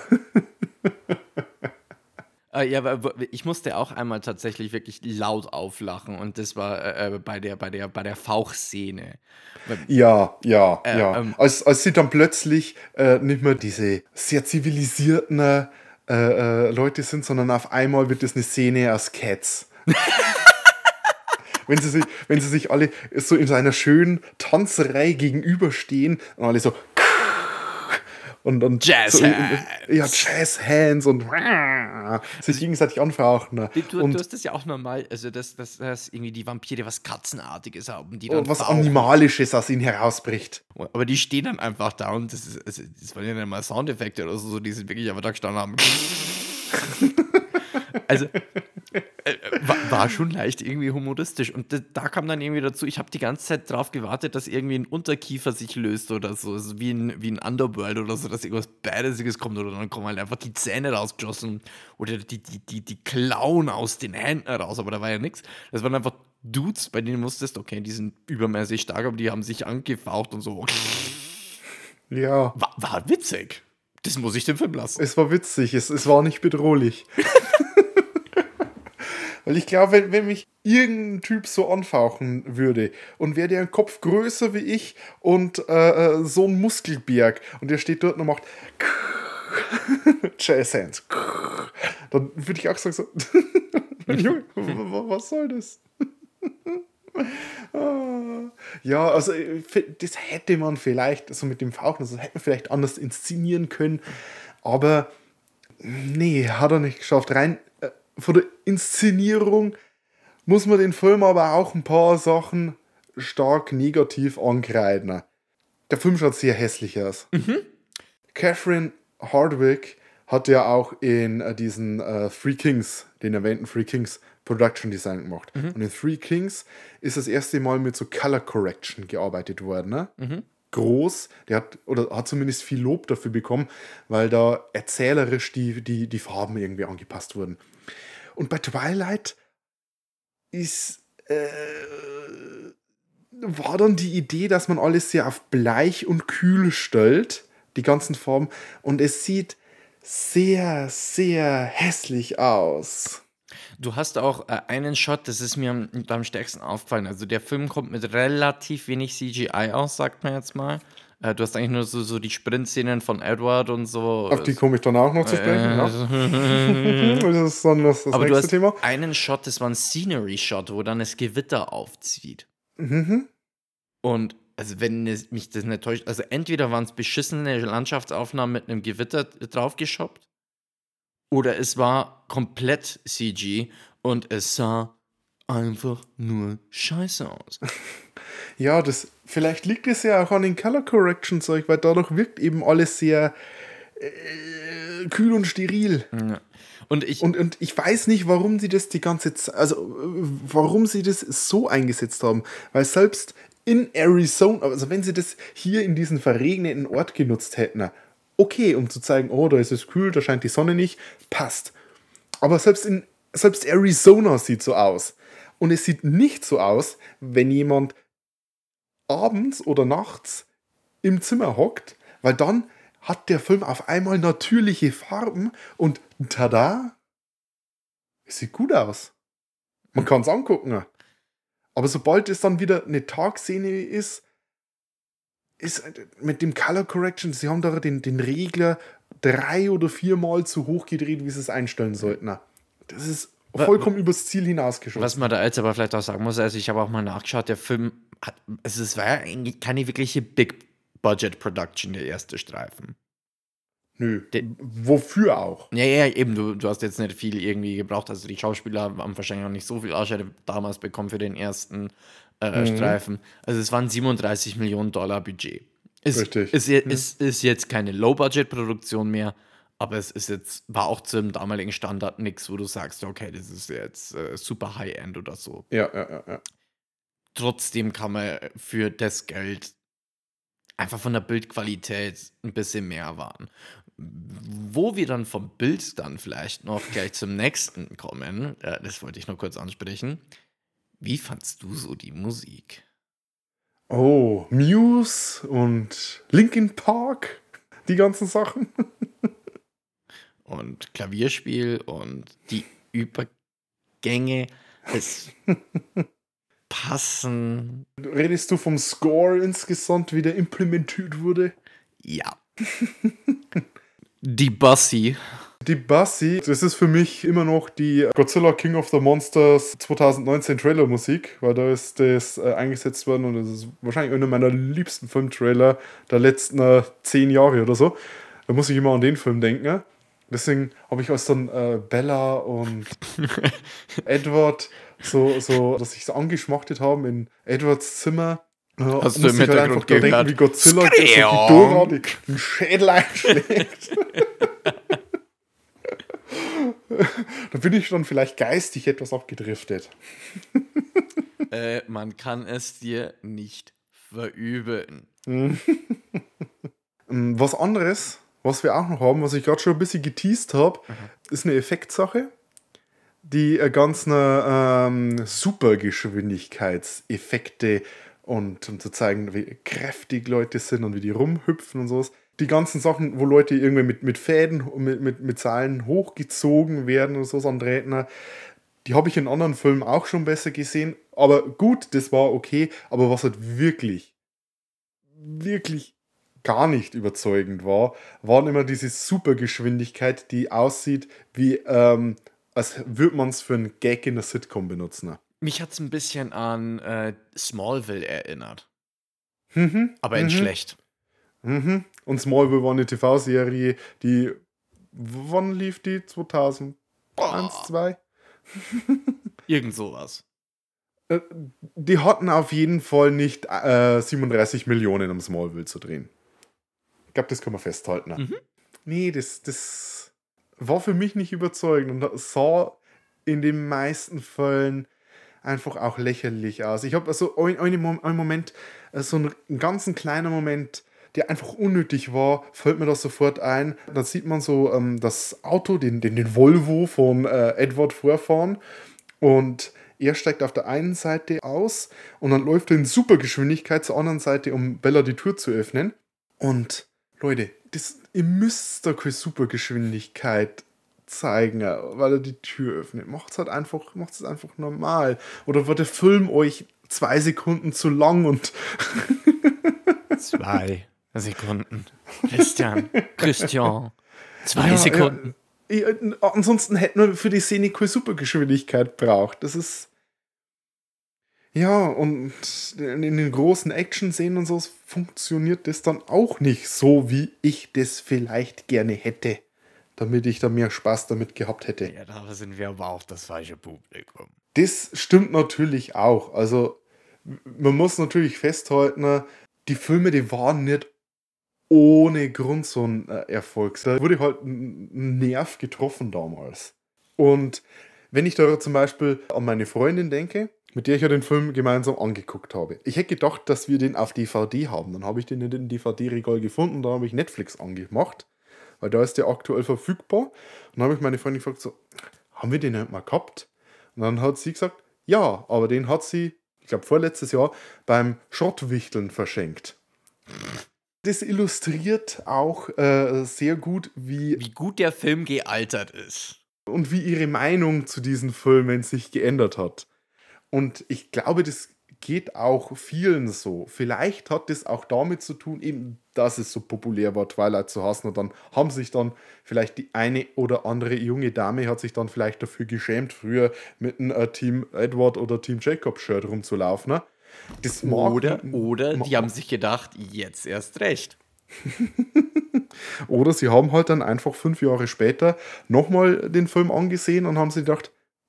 Äh, ja, aber ich musste auch einmal tatsächlich wirklich laut auflachen und das war äh, bei der bei der bei der Fauchszene. Ja, ja, Äh, ja. ähm, als, als sie dann plötzlich äh, nicht mehr diese sehr zivilisierten äh, äh, Leute sind, sondern auf einmal wird das eine Szene aus Cats. wenn, sie sich, wenn sie sich alle so in so einer schönen Tanzerei gegenüberstehen und alle so und dann Jazz so in, Hands. in, ja, Jazz Hands und sich gegenseitig anfauchen. Du, und du hast das ja auch normal, also dass das, das irgendwie die Vampire was Katzenartiges haben, die und dann was fauchen. Animalisches aus ihnen herausbricht. Aber die stehen dann einfach da und das, ist, also, das waren ja nicht mal Soundeffekte oder so, die sind wirklich einfach da gestanden haben. Also äh, war, war schon leicht irgendwie humoristisch und da, da kam dann irgendwie dazu, ich habe die ganze Zeit drauf gewartet, dass irgendwie ein Unterkiefer sich löst oder so, also wie ein, wie ein Underworld oder so, dass irgendwas Badassiges kommt oder dann kommen halt einfach die Zähne rausgeschossen oder die, die, die, die Klauen aus den Händen raus, aber da war ja nichts. Das waren einfach Dudes, bei denen wusstest, okay, die sind übermäßig stark, aber die haben sich angefaucht und so. Ja. War, war witzig. Das muss ich dem Film lassen. Es war witzig, es, es war nicht bedrohlich. Weil ich glaube, wenn, wenn mich irgendein Typ so anfauchen würde und wäre der ein Kopf größer wie ich und äh, so ein Muskelberg und der steht dort und macht Jazz Hands, dann würde ich auch sagen so, Junge, was soll das? Ja, also das hätte man vielleicht, so mit dem Fauchen, das hätte man vielleicht anders inszenieren können, aber nee, hat er nicht geschafft. Rein äh, von der Inszenierung muss man den Film aber auch ein paar Sachen stark negativ ankreiden. Der Film schaut sehr hässlich aus. Mhm. Catherine Hardwicke hat ja auch in äh, diesen äh, Three Kings, den erwähnten Three Kings, Production Design gemacht. Mhm. Und in Three Kings ist das erste Mal mit so Color Correction gearbeitet worden. Ne? Mhm. Groß, der hat, oder hat zumindest viel Lob dafür bekommen, weil da erzählerisch die, die, die Farben irgendwie angepasst wurden. Und bei Twilight ist, äh, war dann die Idee, dass man alles sehr auf bleich und kühl stellt, die ganzen Farben, und es sieht sehr, sehr hässlich aus. Du hast auch äh, einen Shot, das ist mir am, am stärksten aufgefallen. Also der Film kommt mit relativ wenig C G I aus, sagt man jetzt mal. Äh, du hast eigentlich nur so, so die Sprintszenen von Edward und so. Auf die komme ich dann auch noch zu sprechen. Äh, ja. Das ist dann das, das Aber nächste du hast Thema. einen Shot, das war ein Scenery-Shot, wo dann das Gewitter aufzieht. Mhm. Und also wenn es mich das nicht täuscht, also entweder waren es beschissene Landschaftsaufnahmen mit einem Gewitter draufgeschoppt oder es war komplett C G und es sah einfach nur scheiße aus. Ja, das, vielleicht liegt es ja auch an den Color Correction Zeug, weil dadurch wirkt eben alles sehr äh, kühl und steril. Ja. Und ich, Und, und ich weiß nicht, warum sie das die ganze Zeit, also warum sie das so eingesetzt haben. Weil selbst in Arizona, also wenn sie das hier in diesen verregneten Ort genutzt hätten, okay, um zu zeigen, oh, da ist es kühl, da scheint die Sonne nicht, passt. Aber selbst in selbst Arizona sieht so aus. Und es sieht nicht so aus, wenn jemand abends oder nachts im Zimmer hockt, weil dann hat der Film auf einmal natürliche Farben und tada, es sieht gut aus. Man kann es angucken. Aber sobald es dann wieder eine Tagszene ist, ist mit dem Color Correction, sie haben da den, den Regler drei oder viermal zu hoch gedreht, wie sie es einstellen sollten. Das ist vollkommen übers Ziel hinausgeschossen. Was man da jetzt aber vielleicht auch sagen muss, also ich habe auch mal nachgeschaut, der Film hat, also es war ja eigentlich keine wirkliche Big Low-Budget-Production, der erste Streifen. Nö. De- Wofür auch? Ja, ja, eben, du, du hast jetzt nicht viel irgendwie gebraucht. Also die Schauspieler haben wahrscheinlich auch nicht so viel Ausscheide damals bekommen für den ersten äh, Mhm. Streifen. Also es waren siebenunddreißig Millionen Dollar Budget. Ist, Richtig. Ist, je- ist, ist jetzt keine Low-Budget-Produktion mehr, aber es ist jetzt, war auch zum damaligen Standard nichts, wo du sagst, okay, das ist jetzt äh, super High-End oder so. Ja, ja, ja, ja. Trotzdem kann man für das Geld einfach von der Bildqualität ein bisschen mehr erwarten. Wo wir dann vom Bild dann vielleicht noch gleich zum nächsten kommen, äh, das wollte ich noch kurz ansprechen. Wie fandst du so die Musik? Oh, Muse und Linkin Park, die ganzen Sachen. Und Klavierspiel und die Übergänge, das Passen, Redest du vom Score insgesamt, wie der implementiert wurde? ja. Die Bossy. Die Bassi, das ist für mich immer noch die Godzilla King of the Monsters zwanzig neunzehn Trailer-Musik, weil da ist das äh, eingesetzt worden und das ist wahrscheinlich einer meiner liebsten Filmtrailer der letzten äh, zehn Jahre oder so. Da muss ich immer an den Film denken. Deswegen habe ich als dann äh, Bella und Edward so, so, dass sich so angeschmachtet haben in Edwards Zimmer. Äh, Hast du muss im ich halt Hintergrund einfach da denken, gehört? wie Godzilla Skreon. so Ghidorah die- den Schädel einschlägt. Da bin ich dann vielleicht geistig etwas abgedriftet. Äh, man kann es dir nicht verübeln. Ähm, Was anderes, was wir auch noch haben, was ich gerade schon ein bisschen geteased habe, ist eine Effektsache. Die äh, ganzen ähm, Supergeschwindigkeitseffekte und um zu zeigen, wie kräftig Leute sind und wie die rumhüpfen und sowas. Die ganzen Sachen, wo Leute irgendwie mit, mit Fäden, mit, mit, mit Seilen hochgezogen werden und so an Drähten, die habe ich in anderen Filmen auch schon besser gesehen. Aber gut, das war okay. Aber was halt wirklich, wirklich gar nicht überzeugend war, waren immer diese Supergeschwindigkeit, die aussieht, wie ähm, als würde man es für einen Gag in der Sitcom benutzen. Mich hat es ein bisschen an äh, Smallville erinnert. Mhm, Aber in mhm, schlecht. Mhm. Und Smallville war eine T V-Serie, die, wann lief die? zweitausendeins, zwei? Irgend sowas. Äh, Die hatten auf jeden Fall nicht äh, siebenunddreißig Millionen, um Smallville zu drehen. Ich glaube, das kann man festhalten. Mhm. Nee, das, das war für mich nicht überzeugend und das sah in den meisten Fällen einfach auch lächerlich aus. Ich habe also einen, einen Moment, so einen, einen ganzen kleinen Moment, der einfach unnötig war, fällt mir das sofort ein. Da sieht man so ähm, das Auto, den, den, den Volvo von äh, Edward vorfahren und er steigt auf der einen Seite aus und dann läuft er in Supergeschwindigkeit zur anderen Seite, um Bella die Tür zu öffnen. Und Leute, das, ihr müsst da keine Supergeschwindigkeit zeigen, weil er die Tür öffnet. Macht's halt einfach, macht's einfach normal. Oder wird der Film euch zwei Sekunden zu lang und Zwei Sekunden. Christian. Christian. Zwei Ja, Sekunden. Ja, ja, ansonsten hätten wir für die Szene keine Supergeschwindigkeit braucht. Das ist. Ja, und in den großen Action-Szenen und so funktioniert das dann auch nicht so, wie ich das vielleicht gerne hätte. Damit ich da mehr Spaß damit gehabt hätte. Ja, da sind wir aber auch das falsche Publikum. Das stimmt natürlich auch. Also, man muss natürlich festhalten, die Filme, die waren nicht ohne Grund so ein äh, Erfolg. Da wurde halt ein Nerv getroffen damals. Und wenn ich da zum Beispiel an meine Freundin denke, mit der ich ja den Film gemeinsam angeguckt habe. Ich hätte gedacht, dass wir den auf D V D haben. Dann habe ich den in den D V D-Regal gefunden, da habe ich Netflix angemacht, weil da ist der aktuell verfügbar. Und dann habe ich meine Freundin gefragt, so, haben wir den nicht mal gehabt? Und dann hat sie gesagt, ja, aber den hat sie, ich glaube vorletztes Jahr, beim Schrottwichteln verschenkt. Das illustriert auch äh, sehr gut, wie Wie gut der Film gealtert ist. und wie ihre Meinung zu diesen Filmen sich geändert hat. Und ich glaube, das geht auch vielen so. Vielleicht hat das auch damit zu tun, eben, dass es so populär war, Twilight zu hassen. Und dann haben sich dann vielleicht die eine oder andere junge Dame hat sich dann vielleicht dafür geschämt, früher mit einem äh, Team Edward oder Team Jacob Shirt rumzulaufen. Ne? Das mag, Oder, oder ma- die haben sich gedacht, jetzt erst recht. Oder sie haben halt dann einfach fünf Jahre später nochmal den Film angesehen und haben sich gedacht,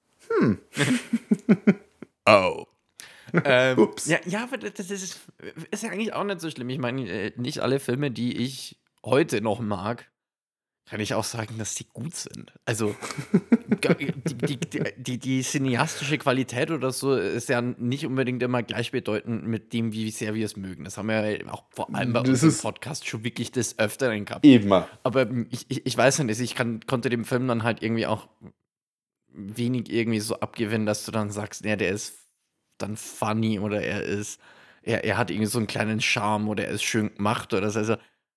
Oh. ähm, Ups. Ja, ja, aber das ist, ist ja eigentlich auch nicht so schlimm. Ich meine, äh, nicht alle Filme, die ich heute noch mag, kann ich auch sagen, dass die gut sind. Also, ga- die, die, die, die, die cineastische Qualität oder so ist ja nicht unbedingt immer gleichbedeutend mit dem, wie sehr wir es mögen. Das haben wir ja auch vor allem bei Das unserem ist- Podcast schon wirklich des Öfteren gehabt. eben. Aber ähm, ich, ich, ich weiß nicht, ich kann, konnte dem Film dann halt irgendwie auch wenig irgendwie so abgewinnen, dass du dann sagst, ja, der ist dann funny oder er ist, er, er hat irgendwie so einen kleinen Charme oder er ist schön gemacht oder so. Also,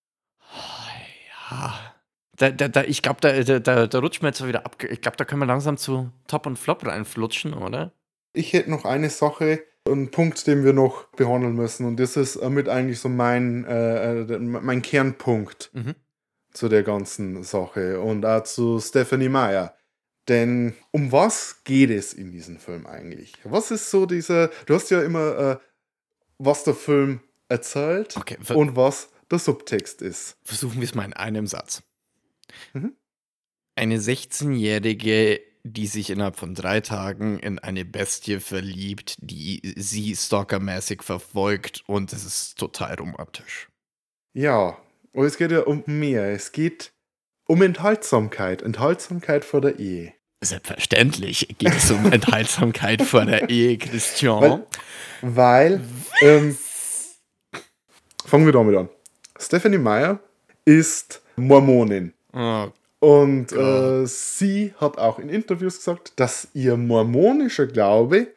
ja. Da, da, da, ich glaube, da, da, da, da rutscht mir jetzt wieder ab. Ich glaube, da können wir langsam zu Top und Flop reinflutschen, oder? Ich hätte noch eine Sache, einen Punkt, den wir noch behandeln müssen. Und das ist mit eigentlich so mein, äh, äh, mein Kernpunkt Mhm. zu der ganzen Sache und auch zu Stephanie Meyer. Denn um was geht es in diesem Film eigentlich? Was ist so dieser, du hast ja immer, äh, was der Film erzählt Okay, ver und was der Subtext ist. versuchen wir es mal in einem Satz. Mhm. Eine sechzehnjährige, die sich innerhalb von drei Tagen in eine Bestie verliebt, die sie stalkermäßig verfolgt und es ist total romantisch. Ja, aber es geht ja um mehr. Es geht um Enthaltsamkeit. Enthaltsamkeit vor der Ehe. Selbstverständlich geht es um Enthaltsamkeit vor der Ehe, Christian. Weil, weil ähm, fangen wir damit an. Stephanie Meyer ist Mormonin. Oh, Und äh, Gott. sie hat auch in Interviews gesagt, dass ihr mormonischer Glaube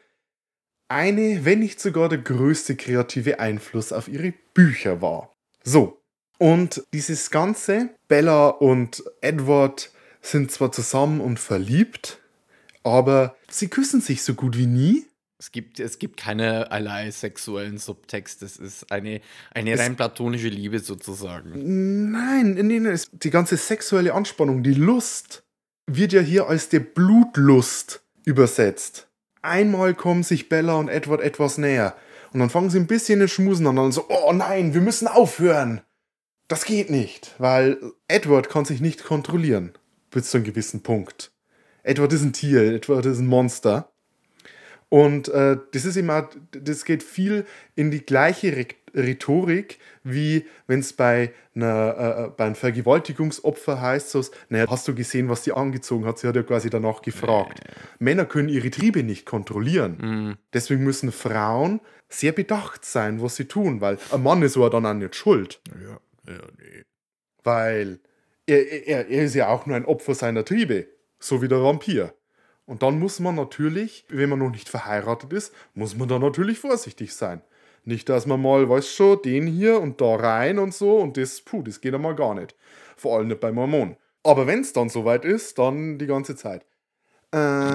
eine, wenn nicht sogar der größte kreative Einfluss auf ihre Bücher war. So, und dieses Ganze, Bella und Edward sind zwar zusammen und verliebt, aber sie küssen sich so gut wie nie. es gibt, es gibt keinerlei sexuellen Subtext. Es ist eine, eine Es- rein platonische Liebe sozusagen. Nein, nee, nee, es- die ganze sexuelle Anspannung, die Lust, wird ja hier als der Blutlust übersetzt. Einmal kommen sich Bella und Edward etwas näher und dann fangen sie ein bisschen das Schmusen an und dann so, oh nein, wir müssen aufhören. Das geht nicht, weil Edward kann sich nicht kontrollieren bis zu einem gewissen Punkt. Edward ist ein Tier, Edward ist ein Monster. Und äh, das ist immer, das geht viel in die gleiche Re Rhetorik, wie wenn es bei, einer, äh, bei einem Vergewaltigungsopfer heißt, so, naja, hast du gesehen, was sie angezogen hat? Sie hat ja quasi danach gefragt. Männer können ihre Triebe nicht kontrollieren. Mm, Deswegen müssen Frauen sehr bedacht sein, was sie tun, weil ein Mann ist ja dann auch nicht schuld. ja, ja, nee. Weil er, er, er ist ja auch nur ein Opfer seiner Triebe, so wie der Vampir. Und dann muss man natürlich, wenn man noch nicht verheiratet ist, muss man da natürlich vorsichtig sein. Nicht, dass man mal, weißt schon, den hier und da rein und so und das, puh, das geht einmal gar nicht. Vor allem nicht bei Mormonen. Aber wenn es dann soweit ist, dann die ganze Zeit. Äh.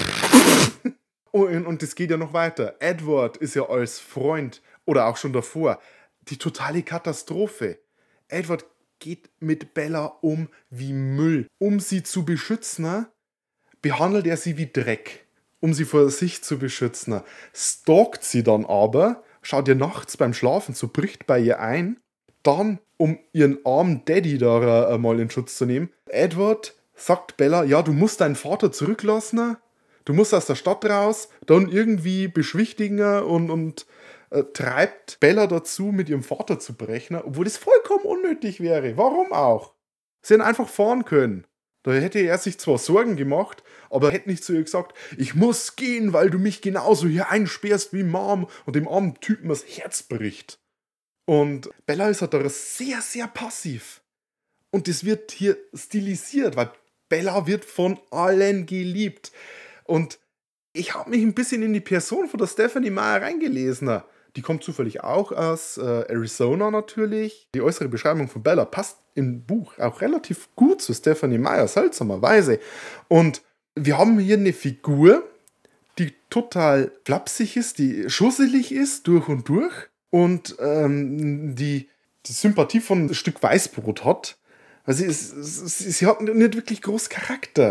und, und das geht ja noch weiter. Edward ist ja als Freund oder auch schon davor die totale Katastrophe. Edward geht mit Bella um wie Müll. Um sie zu beschützen, behandelt er sie wie Dreck, um sie vor sich zu beschützen. Stalkt sie dann aber, schaut ihr nachts beim Schlafen zu, bricht bei ihr ein, dann, um ihren armen Daddy da äh, mal in Schutz zu nehmen. Edward sagt Bella, ja, du musst deinen Vater zurücklassen, du musst aus der Stadt raus, dann irgendwie beschwichtigen und, und äh, treibt Bella dazu, mit ihrem Vater zu brechen, obwohl das vollkommen unnötig wäre. Warum auch? Sie hätten einfach fahren können. Da hätte er sich zwar Sorgen gemacht, aber er hätte nicht zu ihr gesagt, ich muss gehen, weil du mich genauso hier einsperrst wie Mom und dem armen Typen das Herz bricht. Und Bella ist halt da sehr, sehr passiv. Und das wird hier stilisiert, weil Bella wird von allen geliebt. Und ich habe mich ein bisschen in die Person von der Stephanie Meyer reingelesen. Die kommt zufällig auch aus äh, Arizona natürlich. Die äußere Beschreibung von Bella passt im Buch auch relativ gut zu Stephanie Meyer, seltsamerweise. Und wir haben hier eine Figur, die total flapsig ist, die schusselig ist, durch und durch. Und ähm, die, die Sympathie von ein Stück Weißbrot hat. Also sie, ist, sie, sie hat nicht wirklich groß Charakter.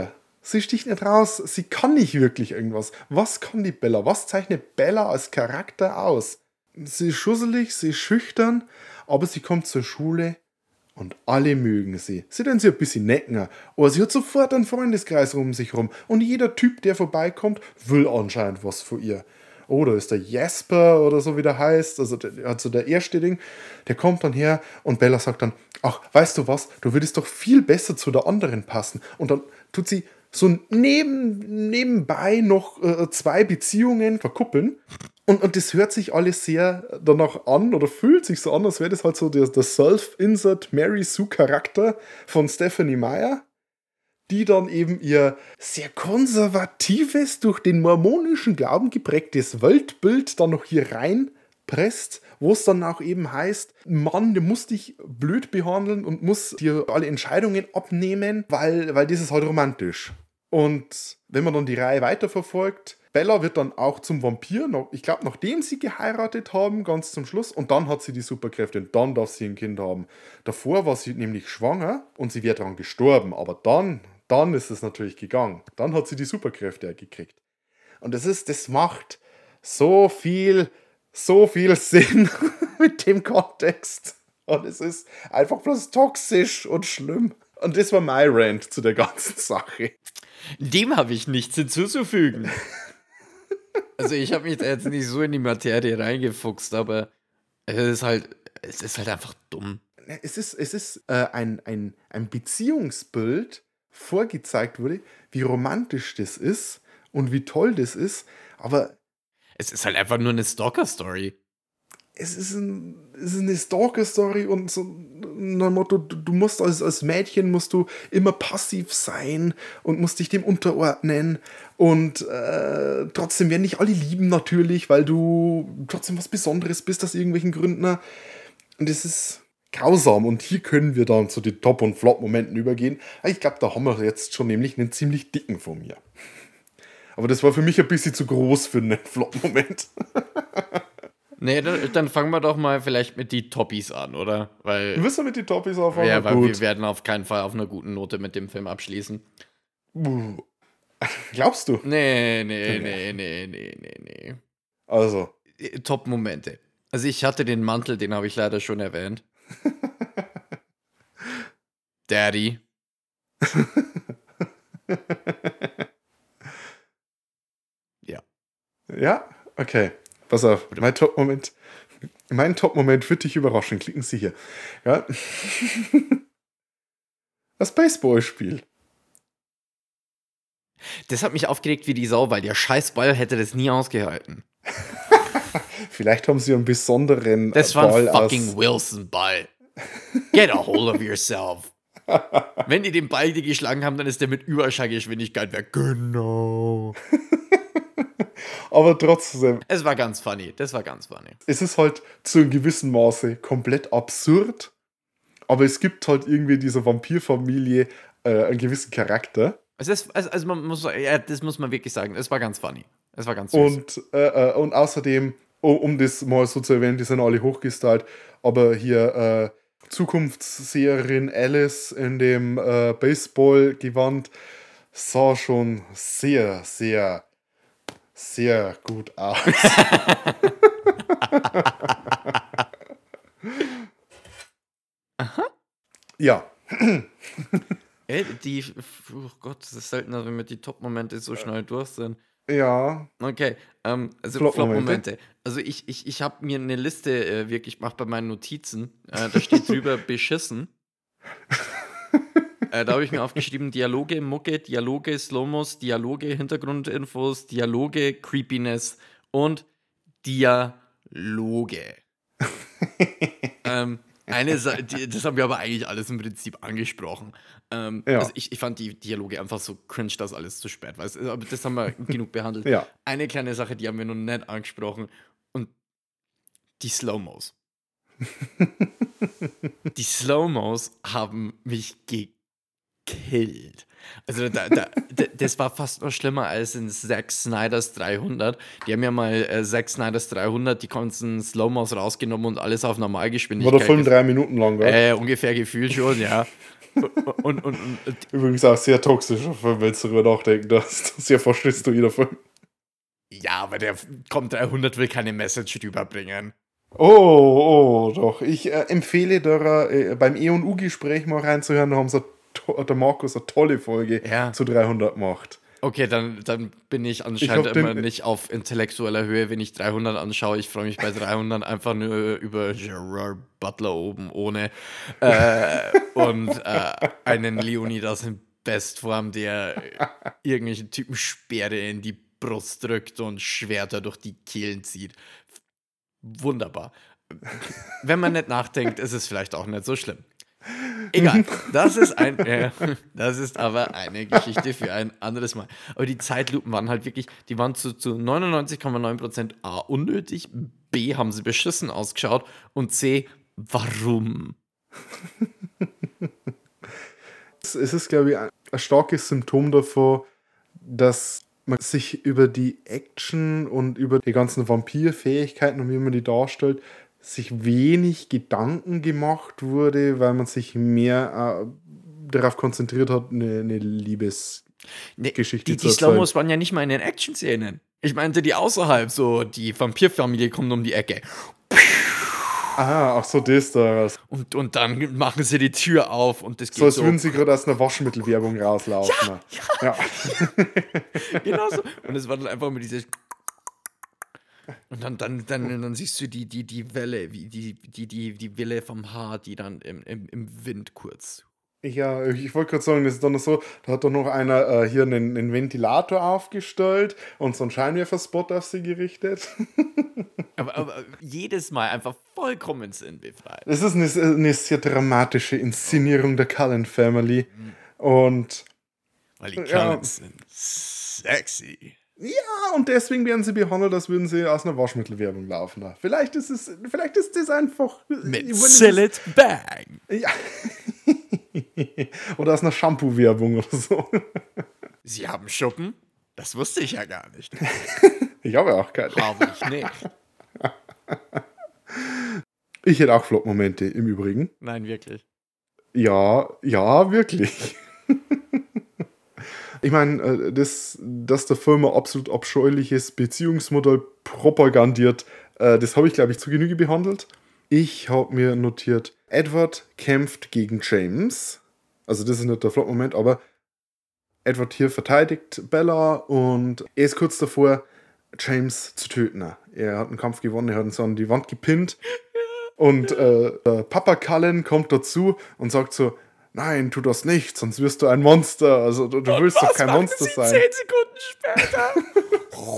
Sie sticht nicht raus. Sie kann nicht wirklich irgendwas. Was kann die Bella? Was zeichnet Bella als Charakter aus? Sie ist schusselig, sie ist schüchtern, aber sie kommt zur Schule und alle mögen sie. Sie tun sie ein bisschen necken, aber sie hat sofort einen Freundeskreis um sich rum. Und jeder Typ, der vorbeikommt, will anscheinend was von ihr. Oh, da ist der Jasper oder so wie der heißt, also der, also der erste Ding, der kommt dann her und Bella sagt dann, ach, weißt du was, du würdest doch viel besser zu der anderen passen. Und dann tut sie so neben, nebenbei noch äh, zwei Beziehungen verkuppeln. Und, und das hört sich alles sehr danach an oder fühlt sich so an, als wäre das halt so der, der Self-Insert Mary Sue-Charakter von Stephenie Meyer, die dann eben ihr sehr konservatives, durch den mormonischen Glauben geprägtes Weltbild dann noch hier reinpresst, wo es dann auch eben heißt, Mann, der muss dich blöd behandeln und muss dir alle Entscheidungen abnehmen, weil, weil das ist halt romantisch. Und wenn man dann die Reihe weiterverfolgt, Bella wird dann auch zum Vampir, ich glaube, nachdem sie geheiratet haben, ganz zum Schluss. Und dann hat sie die Superkräfte und dann darf sie ein Kind haben. Davor war sie nämlich schwanger und sie wäre daran gestorben. Aber dann, dann ist es natürlich gegangen. Dann hat sie die Superkräfte gekriegt. Und das ist, das macht so viel, so viel Sinn mit dem Kontext. Und es ist einfach bloß toxisch und schlimm. Und das war mein Rant zu der ganzen Sache. Dem habe ich nichts hinzuzufügen. Also ich habe mich da jetzt nicht so in die Materie reingefuchst, aber es ist halt, es ist halt einfach dumm. Es ist, es ist äh, ein, ein, ein Beziehungsbild vorgezeigt wurde, wie romantisch das ist und wie toll das ist, aber es ist halt einfach nur eine Stalker-Story. Es ist, ein, es ist eine Stalker-Story und so ein Motto, du, du musst als, als Mädchen musst du immer passiv sein und musst dich dem unterordnen und äh, trotzdem werden dich alle lieben natürlich, weil du trotzdem was Besonderes bist aus irgendwelchen Gründen. Und es ist grausam und hier können wir dann zu den Top- und Flop-Momenten übergehen. Ich glaube, da haben wir jetzt schon nämlich einen ziemlich dicken von mir. Aber das war für mich ein bisschen zu groß für einen Flop-Moment. Nee, dann, dann fangen wir doch mal vielleicht mit die Toppies an, oder? Weil, Willst du mit den Toppies anfangen? ja, weil Gut. wir werden auf keinen Fall auf einer guten Note mit dem Film abschließen. Uh. Glaubst du? Nee, nee, nee, nee, nee, nee, nee. Also. Top-Momente. Also ich hatte den Mantel, den habe ich leider schon erwähnt. Daddy. Ja. Ja? Okay. Pass auf, mein Top-Moment. Mein Top-Moment wird dich überraschen. Klicken Sie hier. Ja. Das Baseballspiel. Das hat mich aufgeregt wie die Sau, weil der Scheißball hätte das nie ausgehalten. Vielleicht haben sie einen besonderen Das war Ball ein fucking aus... Wilson-Ball. Get a hold of yourself. Wenn die den Ball die geschlagen haben, dann ist der mit Überschallgeschwindigkeit weg. Genau. Aber trotzdem, Es war ganz funny. Das war ganz funny. es ist halt zu einem gewissen Maße komplett absurd. Aber es gibt halt irgendwie dieser Vampirfamilie äh, einen gewissen Charakter. Es ist, also, also man muss, ja, das muss man wirklich sagen. Es war ganz funny. Es war ganz süß. Und, äh, äh, und außerdem, um, um das mal so zu erwähnen, die sind alle hochgestylt, aber hier äh, Zukunftsseherin Alice in dem äh, Baseballgewand sah schon sehr, sehr, sehr gut aus. Aha. Ja. Ey, die, oh Gott, es ist selten, dass wir mit die Top-Momente so schnell durch sind. Ja. Okay, ähm, also Flop-Momente. Flop-Momente. Also ich, ich, ich habe mir eine Liste äh, wirklich gemacht bei meinen Notizen. Äh, da steht drüber beschissen. äh, da habe ich mir aufgeschrieben, Dialoge, Mucke, Dialoge, Slomos, Dialoge, Hintergrundinfos, Dialoge, Creepiness und Dialoge. ähm, eine Sa- die, das haben wir aber eigentlich alles im Prinzip angesprochen. Ähm, Ja. Also ich, ich fand die Dialoge einfach so cringe, dass alles zu spät war. Also, aber das haben wir genug behandelt. Ja. Eine kleine Sache, die haben wir noch nicht angesprochen. Und die Slow-Mos. Die Slow-Mos haben mich gekillt. Also da, da, da, das war fast noch schlimmer als in Zack Snyders dreihundert. Die haben ja mal äh, Zack Snyders dreihundert die ganzen Slow-Mos rausgenommen und alles auf War Normalgeschwindigkeit. der Film drei Minuten lang, gell? Äh, ungefähr gefühlt schon, ja. und, und, und, und Übrigens auch sehr toxischer Film, wenn du darüber nachdenken darfst. Sehr faschistoider Film. ja, aber der kommt dreihundert will keine Message rüberbringen. Oh, oh, doch. Ich äh, empfehle da äh, beim E und U-Gespräch mal reinzuhören. Da haben sie to- der Markus eine tolle Folge Ja. zu dreihundert gemacht. Okay, dann, dann bin ich anscheinend Ich hab den- immer nicht auf intellektueller Höhe, wenn ich dreihundert anschaue. Ich freue mich bei dreihundert einfach nur über Gerard Butler oben ohne äh, und äh, einen Leonidas in Bestform, der irgendwelchen Typen Speere in die Brust drückt und Schwerter durch die Kehlen zieht. Wunderbar. Wenn man nicht nachdenkt, ist es vielleicht auch nicht so schlimm. Egal, das ist ein, äh, das ist aber eine Geschichte für ein anderes Mal. Aber die Zeitlupen waren halt wirklich, die waren zu, zu neunundneunzig Komma neun Prozent A unnötig, B haben sie beschissen ausgeschaut und C, warum? Es ist, glaube ich, ein, ein starkes Symptom davon, dass man sich über die Action und über die ganzen Vampirfähigkeiten und wie man die darstellt, sich wenig Gedanken gemacht wurde, weil man sich mehr äh, darauf konzentriert hat, eine, eine Liebesgeschichte Nee, die zu die erzählen. Slow-Mos waren ja nicht mal in den Action-Szenen. Ich meinte die außerhalb, so die Vampirfamilie kommt um die Ecke. Ah, ach so, das da. Und, und dann machen sie die Tür auf und das geht So, als so. würden sie gerade aus einer Waschmittelwerbung rauslaufen. Ja, ja. Genau so. Und es war dann einfach mit dieses. Und dann, dann, dann, dann siehst du die, die, die Welle, wie die, die, die, die Welle vom Haar, die dann im, im, im Wind kurz. Ja, ich wollte gerade sagen, das ist dann noch so, da hat doch noch einer äh, hier einen, einen Ventilator aufgestellt und so einen Scheinwerferspot auf sie gerichtet. Aber, aber jedes Mal einfach vollkommen sinnbefreit. Das ist eine, eine sehr dramatische Inszenierung der Cullen Family. Und Weil die Ja. Cullens sind sexy. ja, und deswegen werden sie behandelt, als würden sie aus einer Waschmittelwerbung laufen. Vielleicht ist es, vielleicht ist das einfach. Mit ich meine, Sell it bang. das- Ja. Oder aus einer Shampoo-Werbung oder so. Sie haben Schuppen? Das wusste ich ja gar nicht. Ich habe ja auch keine. Habe ich nicht. Ich hätte auch Flop-Momente im Übrigen. Nein, wirklich. Ja, ja, wirklich. Ich meine, äh, das, dass der Film ein absolut abscheuliches Beziehungsmodell propagandiert, äh, das habe ich, glaube ich, zu Genüge behandelt. Ich habe mir notiert, Edward kämpft gegen James. Also das ist nicht der Flop-Moment, aber Edward hier verteidigt Bella und er ist kurz davor, James zu töten. Er hat einen Kampf gewonnen, er hat ihn so an die Wand gepinnt. Und äh, der Papa Cullen kommt dazu und sagt so, nein, tu das nicht, sonst wirst du ein Monster. Also du, du willst doch kein Monster sein. Zehn Sekunden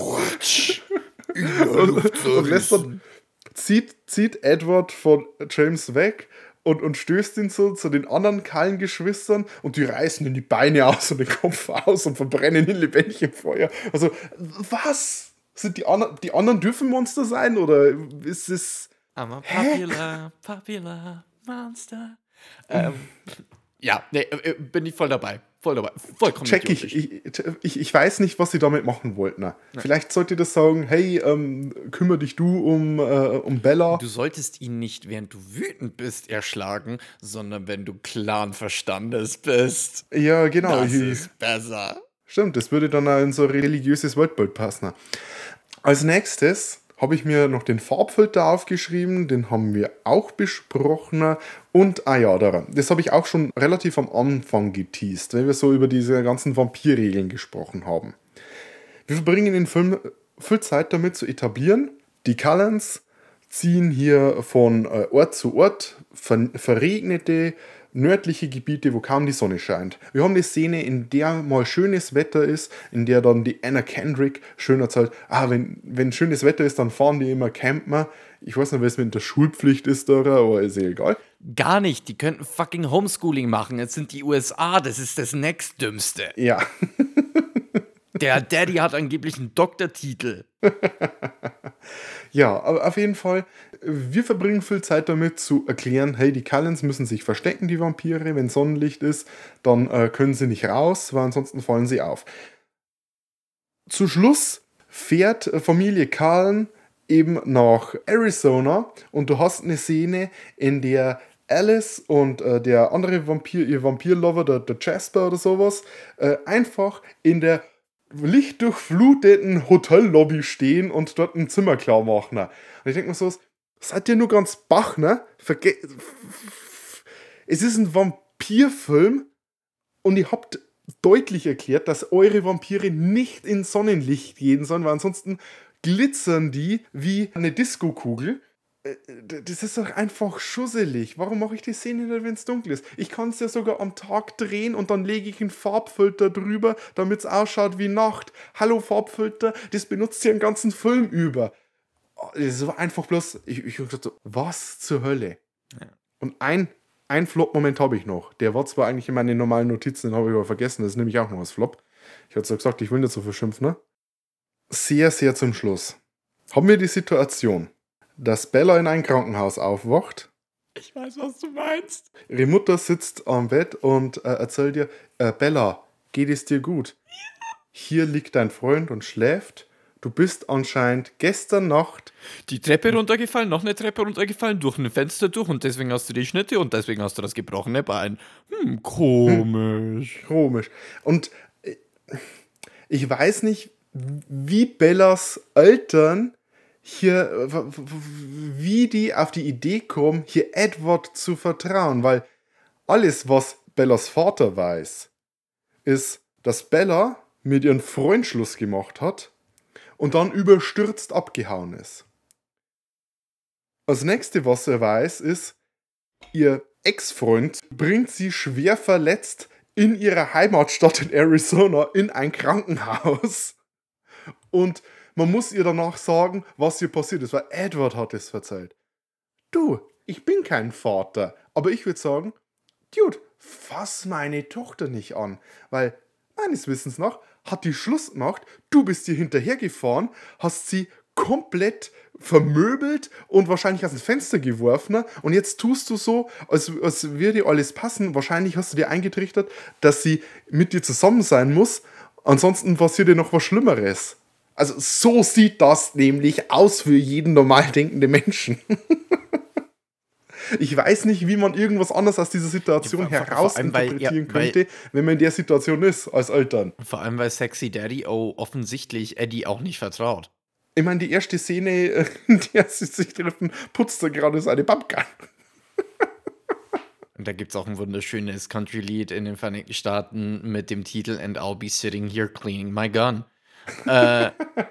später. Und, und lässt dann, zieht, zieht Edward von James weg und, und stößt ihn so zu den anderen Cullen-Geschwistern und die reißen ihm die Beine aus und den Kopf aus und verbrennen ihn lebendig im Feuer. Also, was? Sind die anderen, die anderen dürfen Monster sein oder ist es... I'm a popular, popular monster. Ähm, ja, nee, äh, bin ich voll dabei. Voll dabei. Vollkommen Check ich, idiotisch. ich, ich, ich weiß nicht, was sie damit machen wollten. Na. Vielleicht sollte ihr das sagen, hey, ähm, kümmere dich du um, äh, um Bella. Du solltest ihn nicht, während du wütend bist, erschlagen, sondern wenn du klaren Verstandes bist. Ja, genau. Das Ich, ist besser. stimmt, das würde dann auch in so ein religiöses Weltbild passen. Als nächstes habe ich mir noch den Farbfilter aufgeschrieben, den haben wir auch besprochen. Und, ah ja, daran, das habe ich auch schon relativ am Anfang geteased, weil wir so über diese ganzen Vampirregeln gesprochen haben. Wir verbringen den Film viel Zeit damit zu etablieren. Die Cullens ziehen hier von äh, Ort zu Ort, ver verregnete, nördliche Gebiete, wo kaum die Sonne scheint. Wir haben eine Szene, in der mal schönes Wetter ist, in der dann die Anna Kendrick schön erzählt, ah, wenn, wenn schönes Wetter ist, dann fahren die immer campen. Ich weiß nicht, was mit der Schulpflicht ist da, aber ist ja egal. Gar nicht. Die könnten fucking Homeschooling machen. Jetzt sind die U S A, das ist das nächstdümmste. Ja. Der Daddy hat angeblich einen Doktortitel. Ja, aber auf jeden Fall, wir verbringen viel Zeit damit zu erklären, hey, die Cullens müssen sich verstecken, die Vampire, wenn Sonnenlicht ist, dann äh, können sie nicht raus, weil ansonsten fallen sie auf. Zu Schluss fährt Familie Cullen eben nach Arizona und du hast eine Szene, in der Alice und äh, der andere Vampir, ihr Vampirlover, der, der Jasper oder sowas, äh, einfach in der lichtdurchfluteten Hotellobby stehen und dort ein Zimmer klar machen. Und ich denke mir so, seid ihr nur ganz bach, ne? Verge es ist ein Vampirfilm und ihr habt deutlich erklärt, dass eure Vampire nicht in Sonnenlicht gehen sollen, weil ansonsten glitzern die wie eine Diskokugel. Das ist doch einfach schusselig. Warum mache ich die Szene nicht, wenn es dunkel ist? Ich kann es ja sogar am Tag drehen und dann lege ich einen Farbfilter drüber, damit es ausschaut wie Nacht. Hallo Farbfilter, das benutzt ihr den ganzen Film über. Das war einfach bloß, ich, ich hab gesagt so, was zur Hölle? Ja. Und ein, ein Flop-Moment habe ich noch. Der war zwar eigentlich in meinen normalen Notizen, den habe ich aber vergessen, das ist nämlich auch noch das Flop. Ich hatte so gesagt, ich will nicht so verschimpfen, ne? Sehr, sehr zum Schluss haben wir die Situation, dass Bella in ein Krankenhaus aufwacht. Ich weiß, was du meinst. Ihre Mutter sitzt am Bett und äh, erzählt ihr, äh, Bella, geht es dir gut? Ja. Hier liegt dein Freund und schläft. Du bist anscheinend gestern Nacht die Treppe runtergefallen, noch eine Treppe runtergefallen, durch ein Fenster durch und deswegen hast du die Schnitte und deswegen hast du das gebrochene Bein. Hm, komisch. Hm, komisch. Und äh, ich weiß nicht, wie Bellas Eltern hier, wie die auf die Idee kommen, hier Edward zu vertrauen, weil alles, was Bellas Vater weiß, ist, dass Bella mit ihrem Freund Schluss gemacht hat und dann überstürzt abgehauen ist. Das nächste, was er weiß, ist, ihr Ex-Freund bringt sie schwer verletzt in ihrer Heimatstadt in Arizona in ein Krankenhaus und man muss ihr danach sagen, was hier passiert ist, weil Edward hat es erzählt. Du, ich bin kein Vater, aber ich würde sagen, Dude, fass meine Tochter nicht an, weil meines Wissens nach hat die Schluss gemacht, du bist ihr hinterhergefahren, hast sie komplett vermöbelt und wahrscheinlich aus dem Fenster geworfen und jetzt tust du so, als, als würde alles passen. Wahrscheinlich hast du dir eingetrichtert, dass sie mit dir zusammen sein muss, ansonsten passiert dir noch was Schlimmeres. Also so sieht das nämlich aus für jeden normal denkenden Menschen. Ich weiß nicht, wie man irgendwas anderes aus dieser Situation ja, herausinterpretieren ja, könnte, wenn man in der Situation ist, als Eltern. Vor allem, weil Sexy Daddy O offensichtlich Eddie auch nicht vertraut. Ich meine, die erste Szene, in der sie sich treffen, putzt er gerade seine Pumpgun. Und da gibt es auch ein wunderschönes Country-Lied in den Vereinigten Staaten mit dem Titel And I'll be sitting here cleaning my gun. äh,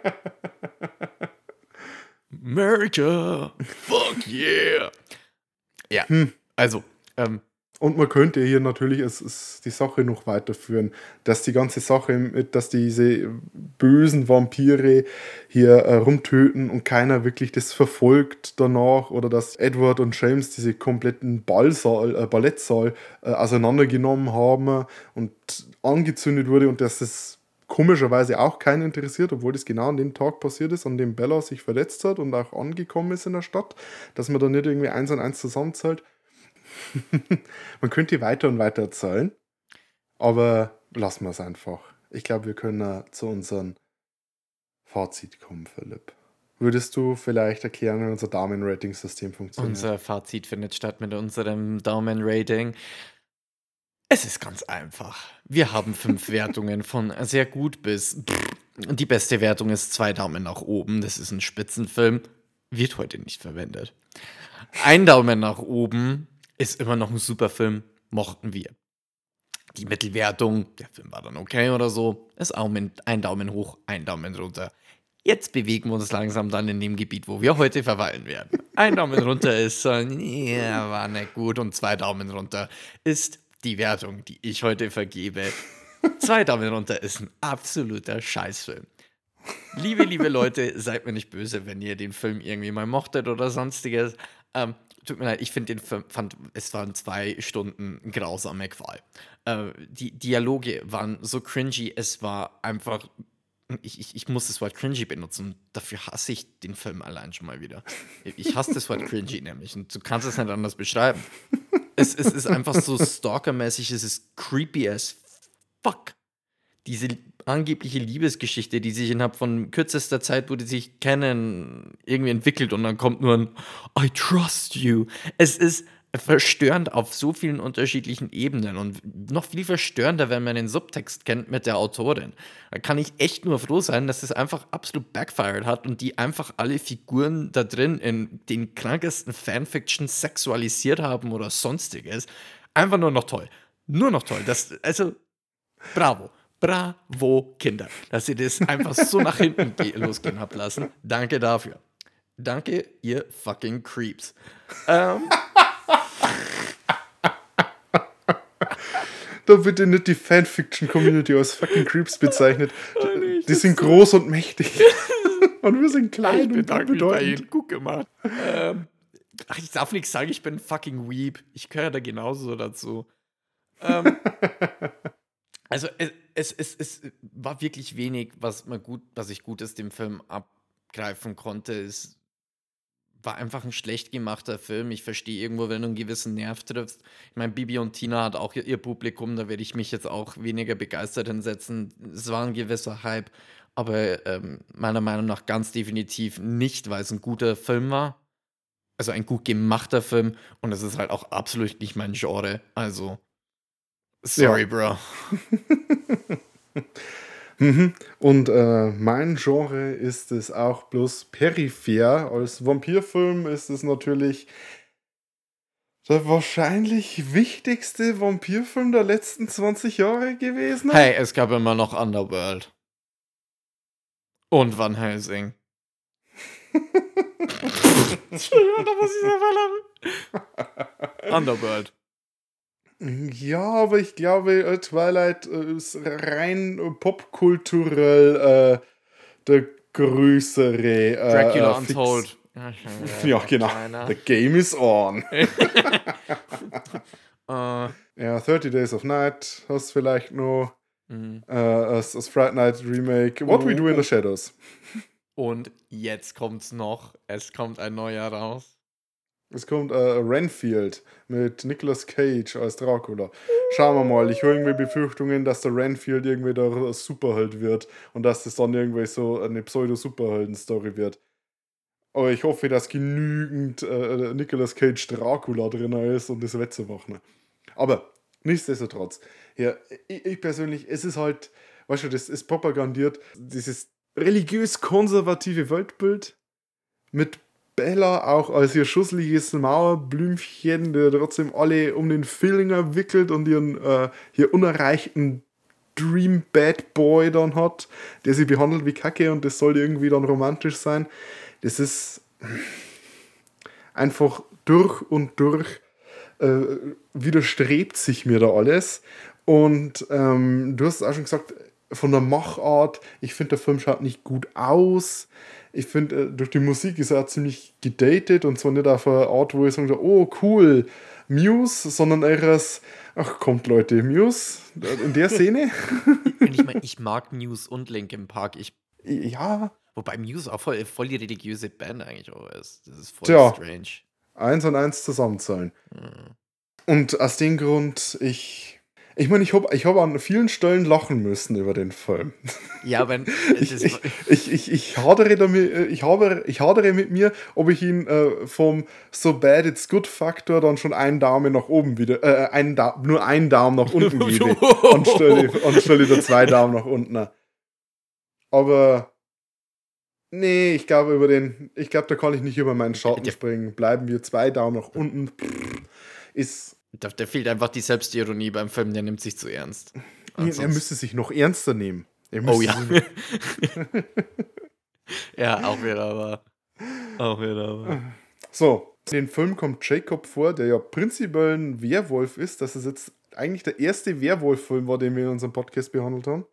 America, fuck yeah. Ja, hm. also. Ähm, Und man könnte hier natürlich es, es die Sache noch weiterführen, dass die ganze Sache, dass diese bösen Vampire hier äh, rumtöten und keiner wirklich das verfolgt danach oder dass Edward und James diese kompletten Ballsaal, äh, Ballettsaal äh, auseinandergenommen haben und angezündet wurde und dass es komischerweise auch keinen interessiert, obwohl das genau an dem Tag passiert ist, an dem Bella sich verletzt hat und auch angekommen ist in der Stadt, dass man da nicht irgendwie eins und eins zusammenzählt. Man könnte weiter und weiter erzählen, aber lassen wir es einfach. Ich glaube, wir können uh, zu unserem Fazit kommen, Philipp. Würdest du vielleicht erklären, wie unser Daumen-Rating-System funktioniert? Unser Fazit findet statt mit unserem Daumen-Rating. Es ist ganz einfach. Wir haben fünf Wertungen von sehr gut bis... Die beste Wertung ist zwei Daumen nach oben. Das ist ein Spitzenfilm. Wird heute nicht verwendet. Ein Daumen nach oben ist immer noch ein super Film. Mochten wir. Die Mittelwertung, der Film war dann okay oder so, ist auch mit ein Daumen hoch, ein Daumen runter. Jetzt bewegen wir uns langsam dann in dem Gebiet, wo wir heute verweilen werden. Ein Daumen runter ist so, ja, war nicht gut. Und zwei Daumen runter ist die Wertung, die ich heute vergebe. Zwei Daumen runter ist ein absoluter Scheißfilm. Liebe, liebe Leute, seid mir nicht böse, wenn ihr den Film irgendwie mal mochtet oder sonstiges. Ähm, tut mir leid, ich finde den Film, fand, es waren zwei Stunden grausame Qual. Äh, die Dialoge waren so cringy, es war einfach, ich, ich, ich muss das Wort cringy benutzen, dafür hasse ich den Film allein schon mal wieder. Ich hasse das Wort cringy nämlich und du kannst es nicht anders beschreiben. Es, es ist einfach so stalkermäßig, es ist creepy as fuck. Diese angebliche Liebesgeschichte, die sich innerhalb von kürzester Zeit, wo die sich kennen, irgendwie entwickelt und dann kommt nur ein I trust you. Es ist verstörend auf so vielen unterschiedlichen Ebenen und noch viel verstörender, wenn man den Subtext kennt mit der Autorin. Da kann ich echt nur froh sein, dass es einfach absolut backfired hat und die einfach alle Figuren da drin in den krankesten Fanfictions sexualisiert haben oder sonstiges. Einfach nur noch toll. Nur noch toll. Das, also, bravo. Bravo, Kinder, dass ihr das einfach so nach hinten ge- losgehen habt lassen. Danke dafür. Danke, ihr fucking Creeps. Ähm, Da wird ja nicht die Fanfiction-Community als fucking Creeps bezeichnet. Die sind groß und mächtig. Und wir sind klein und unbedeutend. Gut gemacht. Ähm, ach, ich darf nichts sagen, ich bin fucking Weep. Ich gehöre da genauso dazu. Ähm, also es, es, es, es war wirklich wenig, was man gut, was ich Gutes dem Film abgreifen konnte. Es war einfach ein schlecht gemachter Film. Ich verstehe irgendwo, wenn du einen gewissen Nerv triffst. Ich meine, Bibi und Tina hat auch ihr ihr Publikum, da werde ich mich jetzt auch weniger begeistert hinsetzen. Es war ein gewisser Hype, aber ähm, meiner Meinung nach ganz definitiv nicht, weil es ein guter Film war. Also ein gut gemachter Film und es ist halt auch absolut nicht mein Genre. Also, sorry, Ja. Bro. Mhm. Und äh, mein Genre ist es auch bloß peripher. Als Vampirfilm ist es natürlich der wahrscheinlich wichtigste Vampirfilm der letzten zwanzig Jahre gewesen. Hey, es gab immer noch Underworld. Und Van Helsing. Entschuldigung, da muss ich selber lachen. Underworld. Ja, aber ich glaube, äh, Twilight äh, ist rein äh, popkulturell äh, der größere. Äh, Dracula äh, Fix- Untold. Ja, genau. The game is on. Äh, Ja, thirty Days of Night hast vielleicht noch. mhm. Äh, das, das Fright Night Remake. What We Do in the Shadows. Und jetzt kommt's noch. Es kommt ein neuer raus. Es kommt äh, Renfield mit Nicolas Cage als Dracula. Schauen wir mal. Ich habe irgendwie Befürchtungen, dass der Renfield irgendwie der Superheld wird und dass das dann irgendwie so eine Pseudo-Superhelden-Story wird. Aber ich hoffe, dass genügend äh, Nicolas Cage Dracula drin ist, um das wettzumachen. Aber nichtsdestotrotz, ja, ich, ich persönlich, es ist halt, weißt du, das ist propagandiert, dieses religiös-konservative Weltbild mit Bella auch als ihr schussliches Mauerblümchen, der trotzdem alle um den Finger wickelt und ihren äh, hier unerreichten Dream Bad Boy dann hat, der sie behandelt wie Kacke und das soll irgendwie dann romantisch sein. Das ist einfach durch und durch äh, widerstrebt sich mir da alles. Und ähm, du hast es auch schon gesagt, von der Machart, ich finde, der Film schaut nicht gut aus. Ich finde, äh, durch die Musik ist er auch ziemlich gedatet und zwar nicht auf eine Art, wo ich sage, oh cool, Muse, sondern eher als, ach kommt Leute, Muse, in der Szene. Und ich meine, ich mag Muse und Linkin Park. Ich, Ja, wobei Muse auch voll, voll die religiöse Band eigentlich auch ist. Das ist voll Tja. strange. eins und eins zusammenzahlen. Mhm. Und aus dem Grund, ich. Ich meine, ich habe ich hab an vielen Stellen lachen müssen über den Film. Ja, aber Ich, das, ich, ich, ich, ich, hadere damit, äh, ich, habe, ich hadere mit mir, ob ich ihn äh, vom So Bad It's Good Faktor dann schon einen Daumen nach oben wieder, äh, einen da nur einen Daumen nach unten gebe. anstelle, anstelle der zwei Daumen nach unten. Aber nee, ich glaube über den, ich glaube, da kann ich nicht über meinen Schatten Der- springen. Bleiben wir zwei Daumen nach unten. Pff, ist, Da, da fehlt einfach die Selbstironie beim Film, der nimmt sich zu ernst. er Ansonsten- müsste sich noch ernster nehmen. Er Oh müsste ja. sich- Ja, auch wieder aber. Auch wieder aber. So, in den Film kommt Jacob vor, der ja prinzipiell ein Werwolf ist. Das ist jetzt eigentlich der erste Werwolf-Film war, den wir in unserem Podcast behandelt haben.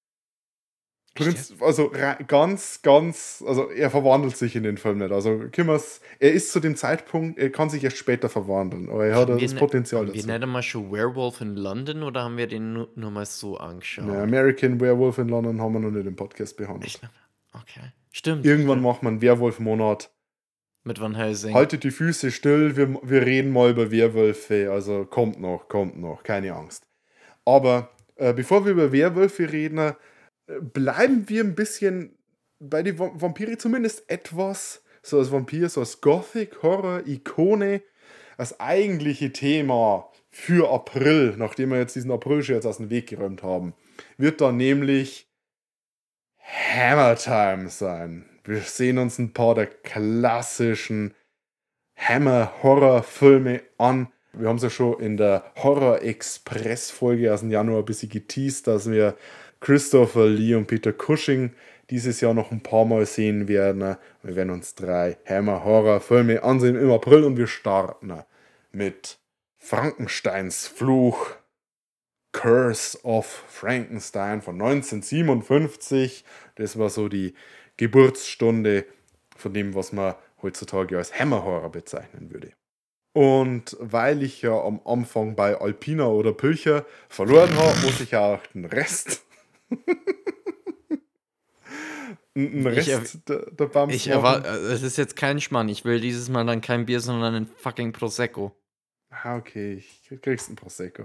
Prinz, also ra- ganz, ganz, also er verwandelt sich in den Film nicht. Also Kimmers, er ist zu dem Zeitpunkt, er kann sich erst später verwandeln, aber er hat Haben wir das ne- Potenzial haben wir dazu. nicht einmal schon Werewolf in London oder haben wir den nur, nur mal so angeschaut? Ja, American Werewolf in London haben wir noch nicht im Podcast behandelt. Echt? Okay. Stimmt. Irgendwann macht man einen Werwolf-Monat. Mit Van Helsing. Haltet die Füße still, wir, wir reden mal über Werwölfe, also kommt noch, kommt noch, keine Angst. Aber äh, bevor wir über Werwölfe reden, äh, bleiben wir ein bisschen bei den Vampire zumindest etwas, so als Vampir, so als Gothic-Horror-Ikone, das eigentliche Thema für April, nachdem wir jetzt diesen April-Scherz aus dem Weg geräumt haben, wird dann nämlich Hammer Time sein. Wir sehen uns ein paar der klassischen Hammer-Horror-Filme an. Wir haben es ja schon in der Horror-Express-Folge aus dem Januar ein bisschen geteased, dass wir Christopher Lee und Peter Cushing dieses Jahr noch ein paar Mal sehen werden. Wir werden uns drei Hammer-Horror-Filme ansehen im April und wir starten mit Frankensteins Fluch, Curse of Frankenstein von neunzehnhundertsiebenundfünfzig. Das war so die Geburtsstunde von dem, was man heutzutage als Hammer-Horror bezeichnen würde. Und weil ich ja am Anfang bei Alpina oder Pilcher verloren habe, muss ich auch den Rest einen Rest Ich er- der, der Bums Ich machen. erwarte, es ist jetzt kein Schmarrn. Ich will dieses Mal dann kein Bier, sondern ein fucking Prosecco. Ah, okay, ich kriegst einen Prosecco.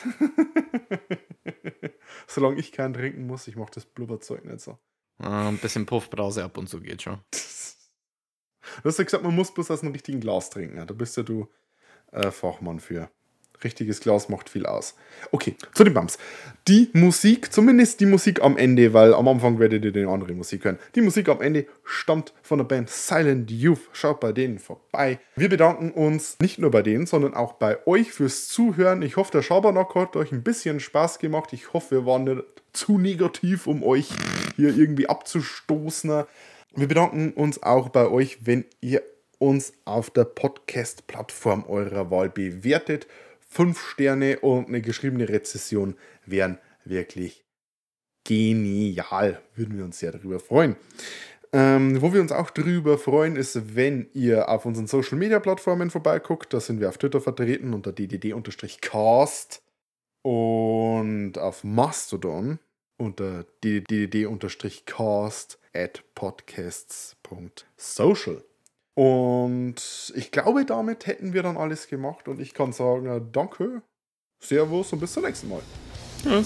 Solange ich keinen trinken muss, ich mach das Blubberzeug nicht so. Ah, ein bisschen Puffbrause ab und zu geht schon. Du hast ja gesagt, man muss bloß aus einem richtigen Glas trinken. Ja, da bist ja du äh, Fachmann für. Richtiges Glas macht viel aus. Okay, zu den Bums. Die Musik, zumindest die Musik am Ende, weil am Anfang werdet ihr die andere Musik hören. Die Musik am Ende stammt von der Band Silent Youth. Schaut bei denen vorbei. Wir bedanken uns nicht nur bei denen, sondern auch bei euch fürs Zuhören. Ich hoffe, der Schabernack hat euch ein bisschen Spaß gemacht. Ich hoffe, wir waren nicht zu negativ, um euch hier irgendwie abzustoßen. Wir bedanken uns auch bei euch, wenn ihr uns auf der Podcast-Plattform eurer Wahl bewertet. Fünf Sterne und eine geschriebene Rezession wären wirklich genial. Würden wir uns sehr darüber freuen. Ähm, wo wir uns auch darüber freuen, ist, wenn ihr auf unseren Social-Media-Plattformen vorbeiguckt. Da sind wir auf Twitter vertreten unter d d d-cast und auf Mastodon unter d d d-cast at podcasts punkt social. Und ich glaube, damit hätten wir dann alles gemacht und ich kann sagen, danke, servus und bis zum nächsten Mal. Tschüss.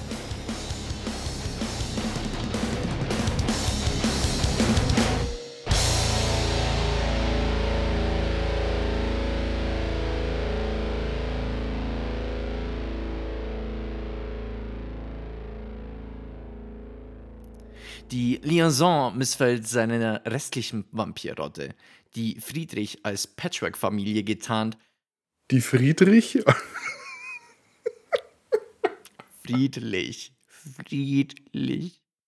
Die Liaison missfällt seiner restlichen Vampirrotte, die Friedrich als Patchwork-Familie getarnt. Die Friedrich? Friedlich. Friedlich.